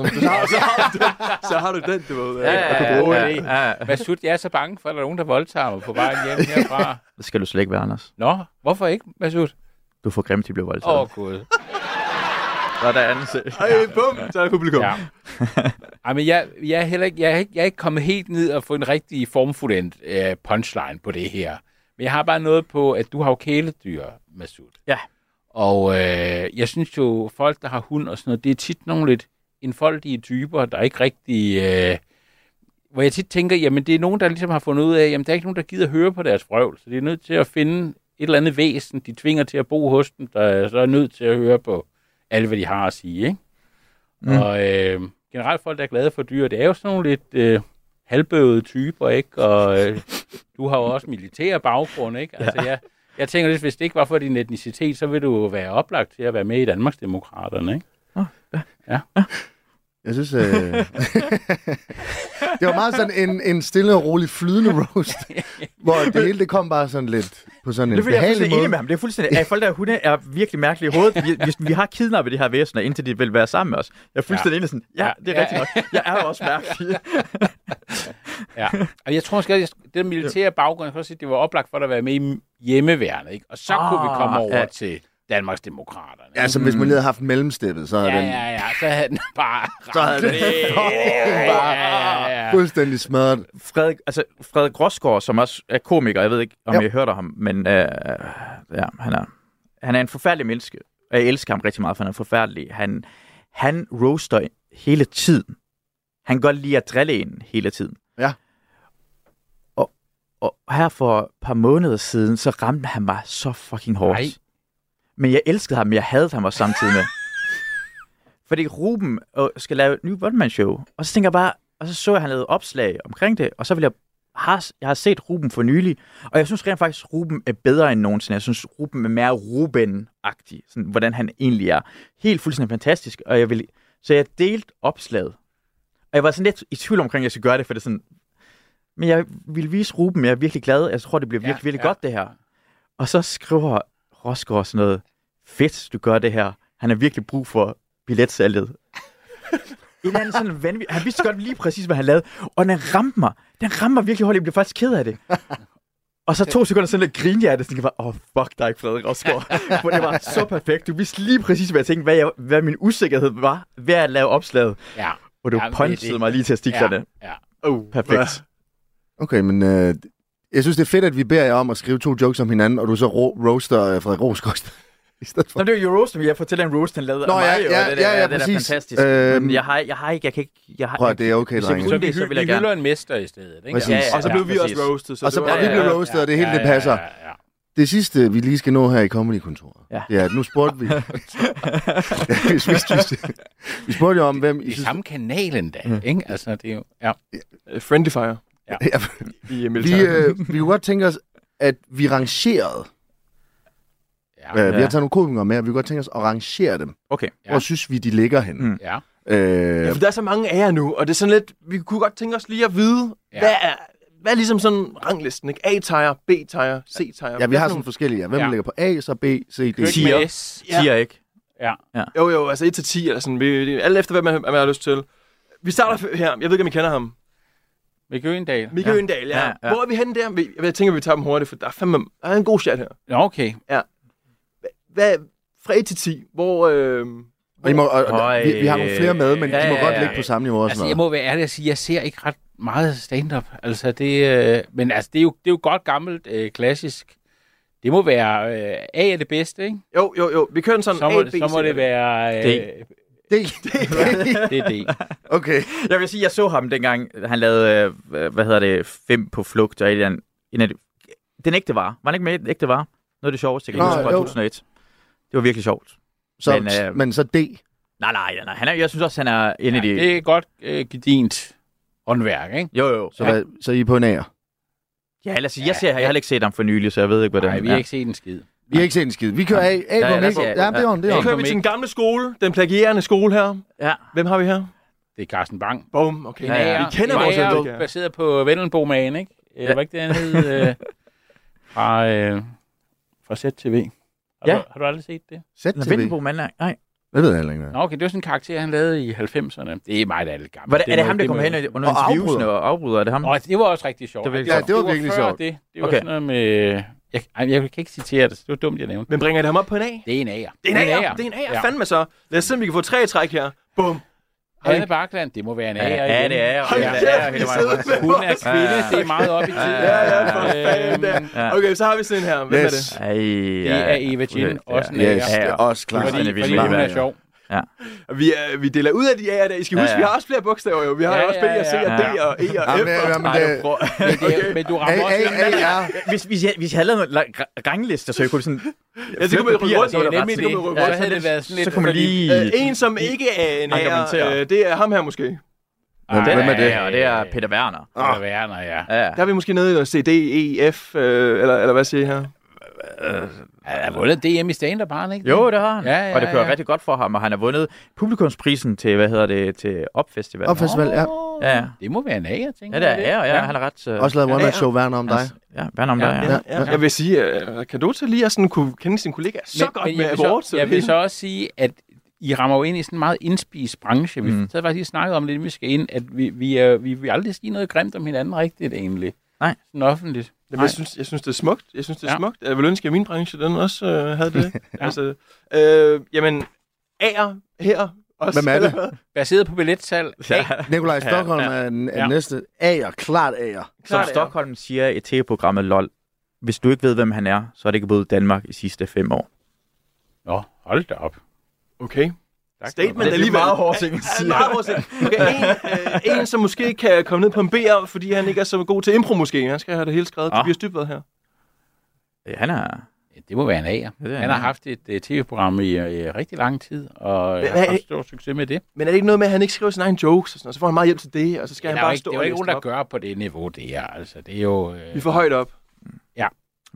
har du den, du ved. Ja. Masud, jeg er så bange for, at der er nogen, der voldtager mig på vejen hjem herfra. Det skal du slet ikke være, Anders. Nå, hvorfor ikke, Masud? Du får grimt til at blive voldtaget. Gud. Så er der andet. Bum, så er der publikum. Ja. Men jeg er ikke kommet helt ned og få en rigtig formfuldendt punchline på det her. Men jeg har bare noget på, at du har jo kæledyr, Masud. Ja. Og jeg synes jo, folk, der har hund og sådan noget, det er tit nogle lidt enfoldige typer, der ikke rigtig... hvor jeg tit tænker, jamen det er nogen, der ligesom har fundet ud af, jamen der er ikke nogen, der gider høre på deres vrøvl, så de er nødt til at finde et eller andet væsen, de tvinger til at bo hos dem, der så er nødt til at høre på alt, hvad de har at sige, ikke? Og generelt folk, der er glade for dyr, det er jo sådan nogle lidt halvbøvede typer, ikke? Og du har jo også militær baggrund, ikke? Altså jeg tænker lidt, hvis det ikke var for din etnicitet, så vil du være oplagt til at være med i Danmarksdemokraterne, ikke? Ja. Jeg synes, det var meget sådan en stille og rolig flydende roast, hvor det hele det kom bare sådan lidt på sådan en behagelig måde. Med ham. Det er fuldstændig... Folk der hunde er virkelig mærkelige i hovedet. Vi har kidnappet de her væsener, indtil de vil være sammen med os. Jeg er fuldstændig enig sådan, det er rigtigt nok. Jeg er også mærkelig. Og jeg tror måske, at det militære baggrund, jeg kan også sige, det var oplagt for dig at være med i hjemmeværnet, ikke? Og så kunne vi komme over til Danmarksdemokraterne. Ja, som hvis man lige havde haft mellemsteppet, så havde den så havde den bare så havde den bare fuldstændig smadret. Frederik Rosgaard, som også er komiker, jeg ved ikke, om I hørte ham, men han er en forfærdelig menneske. Jeg elsker ham rigtig meget, for han er forfærdelig. Han roaster hele tiden. Han kan godt lide at drille en hele tiden. Ja. Og her for et par måneder siden, så ramte han mig så fucking hårdt. Nej. Men jeg elskede ham, men jeg hadede ham også samtidig med. Fordi Ruben skal lave et nyt one-man-show. Og så tænker jeg bare, og så jeg, han lavede opslag omkring det, og så vil jeg har set Ruben for nylig, og jeg synes rent faktisk, Ruben er bedre end nogensinde. Jeg synes, Ruben er mere Ruben-agtig, sådan, hvordan han egentlig er. Helt fuldstændig fantastisk, og så jeg delte opslaget. Og jeg var sådan lidt i tvivl omkring, at jeg skulle gøre det, for det sådan. Men jeg ville vise Ruben, jeg er virkelig glad. Jeg tror, det bliver virkelig, virkelig godt, det her. Og så skriver Rosgaard sådan noget, fedt, du gør det her. Han har virkelig brug for billetsalget. En eller anden sådan vanvittig. Han vidste godt lige præcis, hvad han lavede. Og den ramte mig virkelig hårdt. Jeg blev faktisk ked af det. Og så 2 sekunder sådan lidt grinede jeg af det. Så tænkte jeg bare, fuck dig, Frederik Rosgaard. For det var så perfekt. Du vidste lige præcis, hvad jeg tænkte, hvad min usikkerhed var ved at lave opslaget. Ja. Og du punchede mig lige til stiklerne. Ja. Perfekt. Okay, men jeg synes, det er fedt, at vi beder jer om at skrive 2 jokes om hinanden, og du så roaster Frederik Rosgaard i stedet for. Nå, det er jo roast, men jeg fortæller en roast, han lavede af mig. Ja, det er præcis. fantastisk. Men jeg kan ikke... Prøv, det er okay, drenge. Så vi hylder en mester i stedet, ikke? Præcis. Og så blev vi også roastet. Og vi blev roastet, og det hele det passer. Ja. Det sidste, vi lige skal nå her i Comedy-kontoret, det er, at nu spurgte vi... vi spurgte jo om, hvem... I samme kanal endda, ikke? Altså, det er jo... Ja. Friendly Fire. Ja. Vi kunne godt tænke os, at vi rangerede. Vi har taget nogle komikere med, og vi kunne godt tænke os at rangere dem. Okay. Hvor synes vi, de ligger henne? Ja. For der er så mange af jer nu, og det er sådan lidt... Vi kunne godt tænke os lige at vide, hvad er ligesom sådan ranglisten, ikke? A-tier, B-tier, C-tier. Ja, vi har sådan forskellige. Hvem ligger på A, så B, C, D. Tier ikke. Ja. Jo, altså 1-10 eller sådan. Alt efter, hvad man har lyst til. Vi starter her. Jeg ved ikke, om I kender ham. Mikke Øgendahl. Mikke Øgendahl, ja. Hvor er vi henne der? Jeg tænker, vi tager dem hurtigt, for der er en god chat her. Ja, okay. Ja. Hvad, fra 1-10, hvor... vi har nogle flere med, men de må godt ligge på samme niveau. Altså, jeg må være ærlig at sige, jeg ser ikke ret meget stand-up. Altså, men altså, det er jo godt gammelt, klassisk. Det må være A er det bedste, ikke? Jo. Vi kører sådan A, B, C. Så må det være... D. Det er D. Okay. Jeg vil sige, jeg så ham dengang, han lavede, 5 på flugt, og en af den ægte var. Var han ikke med i den ægte var? Noget af det sjoveste, jeg kan huske fra 2001. Det var virkelig sjovt. Men så D? Nej. Jeg synes også, han er en af de... Det er godt gedint håndværk, ikke? Jo. Så I er på en A'er? Ja, lad os sige, jeg har heller ikke set ham for nylig, så jeg ved ikke, hvad det er. Nej, vi har ikke set en skid. Vi har ikke set en skid. Vi kører A på Mikkel. Ja, det er on. Så kører vi til den gamle skole, den plagierende skole her. Ja. Hvem har vi her? Det er Carsten Bang. Boom, okay. Vi kender vores Ære, baseret på Vendelbomagen, ikke? Det var ikke det, han hed fra ZTV. Har du aldrig set det? ZTV? Vendelbomagen, nej. Det ved jeg heller ikke. Okay, det var sådan en karakter, han lavede i 90'erne. Det er meget alt gammelt. Er det ham, der kommer hen under interviewsene og afbryder? Er det ham? Det var også rigtig sjovt. Det var virkelig sjovt. Det var sådan noget med... Jeg kan ikke citere det, det var dumt, jeg nævnte. Men bringer det ham op på en A? Det er en A'er. Det er en A'er, fandme så. Lad os se, om vi kan få 3 træk her. Bum. Anne Barkland, det må være en A'er. Ja, det er. Hun er kvinde, det er meget op i tiden. Ja, for fanden. Okay, så har vi sådan her. Hvem er det? Det er Eva Jean, også en A'er. Ja, også klart. Fordi hun er sjov. Ja. Vi deler ud af de A'er der. I skal huske, vi har også flere bogstaver jo. Vi har også B og C og D og E og F. Men du rammer også... Hvis jeg havde lavet en rangliste, så jeg kunne sådan... Ja, så kunne man rykke rundt. Så kunne man lige... En, som ikke er en A'er, det er ham her måske. Hvem er det? Ja, det er Peter Werner. Peter Werner, ja. Der er vi måske nede i C, D, E, F, eller hvad siger I her? Han har vundet DM i stand-up, har han ikke? Jo, det har han. Ja, og det kører rigtig godt for ham, og han har vundet publikumsprisen til, til Opfestival. Opfestival, ja. Det må være en A'er, tænker jeg. Ja, det er A'er, ja. Han er ret... Også lavet one-man-show, Werner om dig. Ja, Werner om dig, ja. Jeg vil sige, kan du til lige at sådan kunne kende sin kollega så godt med awards? Jeg vil så også sige, at I rammer jo ind i sådan en meget indspist branche. Vi havde faktisk snakket om det, vi skal ind, at vi aldrig sige noget grimt om hinanden rigtigt, egentlig. Nej. Sådan offentligt. Jamen, jeg synes, det er smukt. Smukt. Jeg vil ønske, at min branche, den også havde det. Altså, jamen, Ager her også. Hvem er det? Baseret på billetsalg. Ja. Nikolaj Stockholm er den næste. Ager, klart Ager. Som Stockholm siger i tv-programmet LOL, hvis du ikke ved, hvem han er, så er det ikke boet i Danmark i sidste 5 år. Nå, hold da op. Okay. Statement Det er alligevel. meget hårdt ting, Meget hårdt ting. Okay, en, som måske kan komme ned på en B'er, fordi han ikke er så god til impro måske. Han skal have det hele skrevet. Tobias Dybvad her. Han er... Det må være en Ager. Han har haft et tv-program i rigtig lang tid, og har haft stor succes med det. Men er det ikke noget med, at han ikke skriver sine egne jokes, og sådan, og så får han meget hjælp til det, og så skal han bare stå og det er jo ikke læse nogen, der op. gør på det niveau, det er. Altså, det er jo... Vi får højt op. Ja.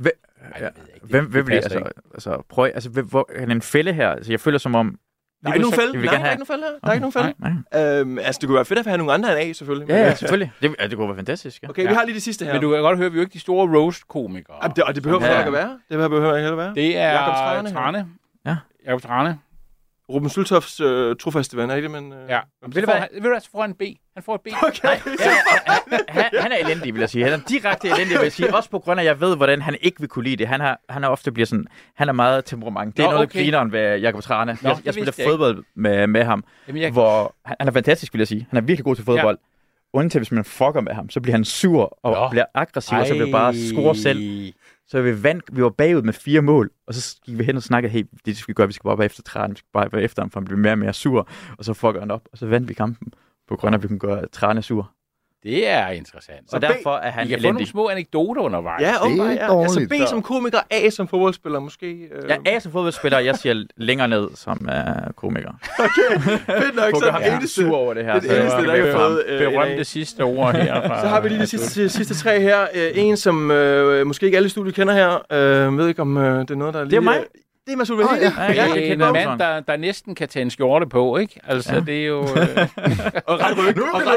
Hvem bliver altså prøv hvor han er en fælde her. Altså jeg føler som om Der er ikke nogen fælde. Der er ikke nogen fælde. Altså det kunne være fedt at have nogle andre end A selvfølgelig. Ja, selvfølgelig. Det kunne være fantastisk. Ja. Okay, vi har lige det sidste her. Men du kan godt høre, at vi jo ikke de store roast-komikere. Og det behøver ikke at være. Det behøver ikke at være. Det er Jakob Trane. Ja. Jakob Trane. Ruben Søltofts trofaste ven, er ikke det? Men, ja. Ved du hvad, så får han en B. Han får et B. Okay. Han er elendig, vil jeg sige. Han er direkte elendig, vil jeg sige. Også på grund af, at jeg ved, hvordan han ikke vil kunne lide det. Han er ofte bliver sådan... Han er meget temperament. Det er noget, der grineren ved Jakob Trane. Jeg spiller fodbold med ham, hvor... Han er fantastisk, vil jeg sige. Han er virkelig god til fodbold. Undtil hvis man fucker med ham, så bliver han sur og bliver aggressiv, og så bliver bare score selv. Så vi var bagud med 4 mål, og så gik vi hen og snakkede, hey, det skal vi gøre, vi skal bare være efter Trane, vi skal bare være efter ham, for han bliver mere og mere sur, og så fucker han op, og så vandt vi kampen, på grund af, at vi kunne gøre Trane sur. Det er interessant. Og derfor er han elendig. Vi kan få nogle små anekdoter undervejs. Ja, det er ikke dårligt. Altså B som komiker, A som fodboldspiller måske. Ja, A som fodboldspiller, jeg siger længere ned som komiker. Okay, fedt nok. Så er han sur over det her. Det eneste, der ikke har fået berømt det sidste ord her. Så har vi lige de sidste 3 her. En, som måske ikke alle i studiet kender her. Ved ikke, om det er noget, der er lige... Det er mig. Det er Masoud Vahedi. Det er en mand, der næsten kan tage en skjorte på, ikke? Altså, det er jo... Og ret ryg.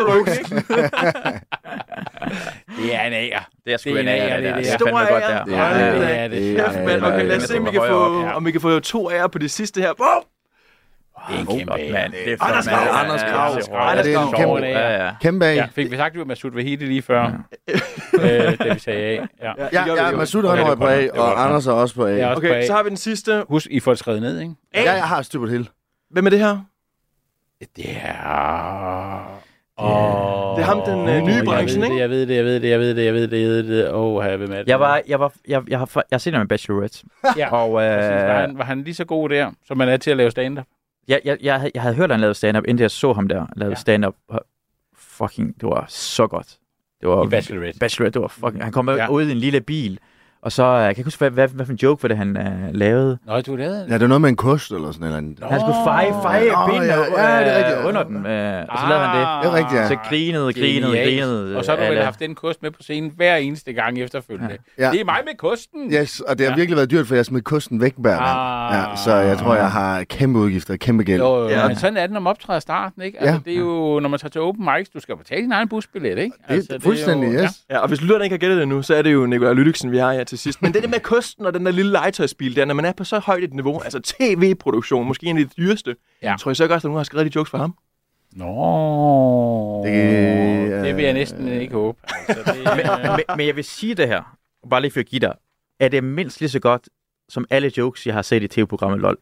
Det er en Ager. Det er sgu en Ager, det er. Det er fandme godt der. Det er det. Okay, lad os se, om vi kan få 2 A'er på det sidste her. Det er en kæmpe mand. Det er Anders Krav. Kæmpe A. Ja, fik vi sagt, at det var Masoud Vahedi lige før, da vi sagde A. Ja, Masoud er på A, og Anders er også på A. Okay, så har vi den sidste. Husk, I får det skrevet ned, ikke? Ja, jeg har styr på det hele. Hvem er det her? Det er... Det er ham, den nye branchen, ikke? Jeg ved det. Hvem er det? Jeg har set ham med Bachelorette. Ja, og, var han lige så god der, som man er til at lave stand-up? Jeg havde hørt, at han lavede stand-up, inden jeg så ham der lave stand-up. Fucking, det var så godt. Det var i Bachelorette. Bachelorette, det var fucking... Han kom ud i en lille bil, og så... Jeg kan ikke huske, hvad for en joke var det, han lavede. Nå, du lavede? Ja, det var noget med en kost eller sådan eller andet. Han skulle feje benene under den, og så lavede han det. Det er rigtigt, ja. Så grinede. Og så har du vel haft den kost med på scenen hver eneste gang efterfølgende. Ja. Det er mig med kosten. Yes, og det har virkelig været dyrt, for jeg smed kosten væk, ja, så jeg tror, jeg har kæmpe udgifter, kæmpe gæld. Jo, men sådan er det, når man optræder starten, ikke? Altså, det er jo, når man tager til open mics, du skal betale din egen busbillet, ikke? Altså, det er fuldstændig, yes. Ja, og hvis lytterne ikke har gættet det nu, så er det jo Nikolaj Lydiksen, vi har her til sidst. Men det med kosten og den der lille legetøjsbil der, når man er på så højt et niveau, altså tv-produktion, måske en af de dyreste, tror jeg så ikke også, at nogen har skrevet de jokes for ham? Nå, det vil jeg næsten ikke håbe. Altså, men jeg vil sige det her, bare lige for at give dig, er det mindst lige så godt, som alle jokes, jeg har set i tv-programmet LOL.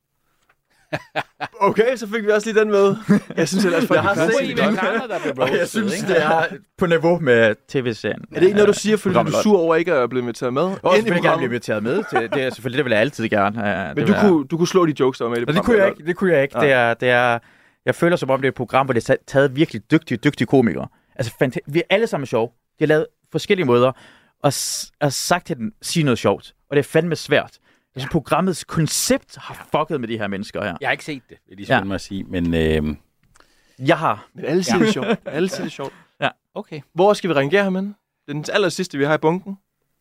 Okay, så fik vi også lige den med. Jeg synes ellers, jeg har set det. Jeg synes, det er på niveau med tv-serien. Er det ikke noget, du siger, fordi du er sur over ikke at blive inviteret med? Også vil jeg gerne blive inviteret med. Det er selvfølgelig, det vil jeg altid gerne. Men du kunne slå de jokes der med i det program? Det kunne jeg ikke. Det er, jeg føler som om, det er et program, hvor det er taget virkelig dygtige komikere. Altså, vi er alle sammen sjove. De har lavet forskellige måder og sagt til den, sige noget sjovt. Og det er fandme svært. Altså, programmets koncept har fucket med de her mennesker her. Jeg har ikke set det, vil de skynde mig at sige, men... Jeg har. Men alle siger det sjovt. Alle siger det sjovt. Ja. Okay. Hvor skal vi reagere ham hen? Det er den aller sidste, vi har i bunken.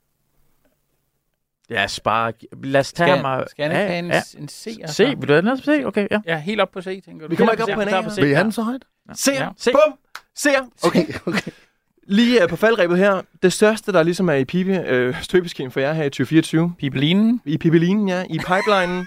Ja, spare... Lad os tage mig... Skal han ikke have en C? C? Vil du have den C? Okay, ja. Ja, helt op på C, tænker du. Vi kommer ikke op på en A. Vil I have den så højt? C. Bum! C. Okay. Lige på faldrebet her, det største, der ligesom er i støbeskeen for jer her i 2024. Pipelinen? I pipelinen, ja. I pipelinen.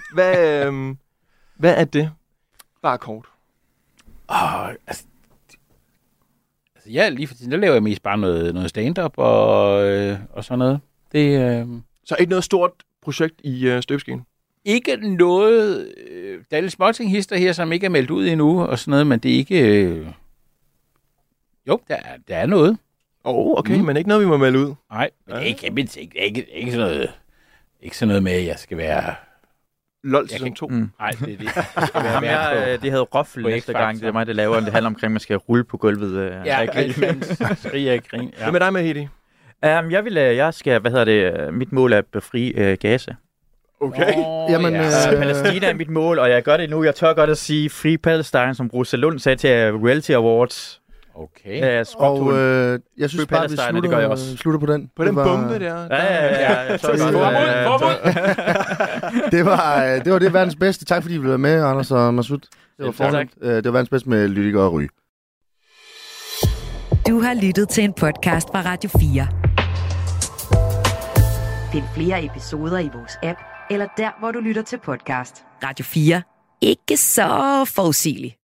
Hvad er det? Bare kort. Ja, lige for tiden, der laver jeg mest bare noget stand-up og sådan noget. Det, Så ikke noget stort projekt i støbeskeen? ikke noget... der er lidt småtinghister her, som ikke er meldt ud endnu og sådan noget, men det er ikke... jo, der er noget. Okay, men ikke noget, vi må melde ud. Nej, men det er ikke sådan noget... Ikke sådan noget med, at jeg skal være... LOL sæson 2. Nej, det skal være værd på. Det hedder Roffel på næste X-Factor. gang. Det er mig, der laver, det handler omkring, at man skal rulle på gulvet. Ja, skrig af grin. Hvad med dig, Mahedi? Jeg skal, mit mål er at befri Gaza. Okay. Jamen, Palæstina er mit mål, og jeg gør det nu. Jeg tør godt at sige Free Palestine, som Rosa Lund sagde til Reality Awards. Okay. og jeg synes bare, Palestine, vi det gør jeg også. slutter på den. På den bombe der. Ja, jeg tør godt. Det var det verdens bedste. Tak fordi I ville være med, Anders og Masud. Det var fornemt. Det var verdens bedste med Lydik og Ry. Du har lyttet til en podcast fra Radio 4. Find flere episoder i vores app, eller der, hvor du lytter til podcast. Radio 4. Ikke så forudsigeligt.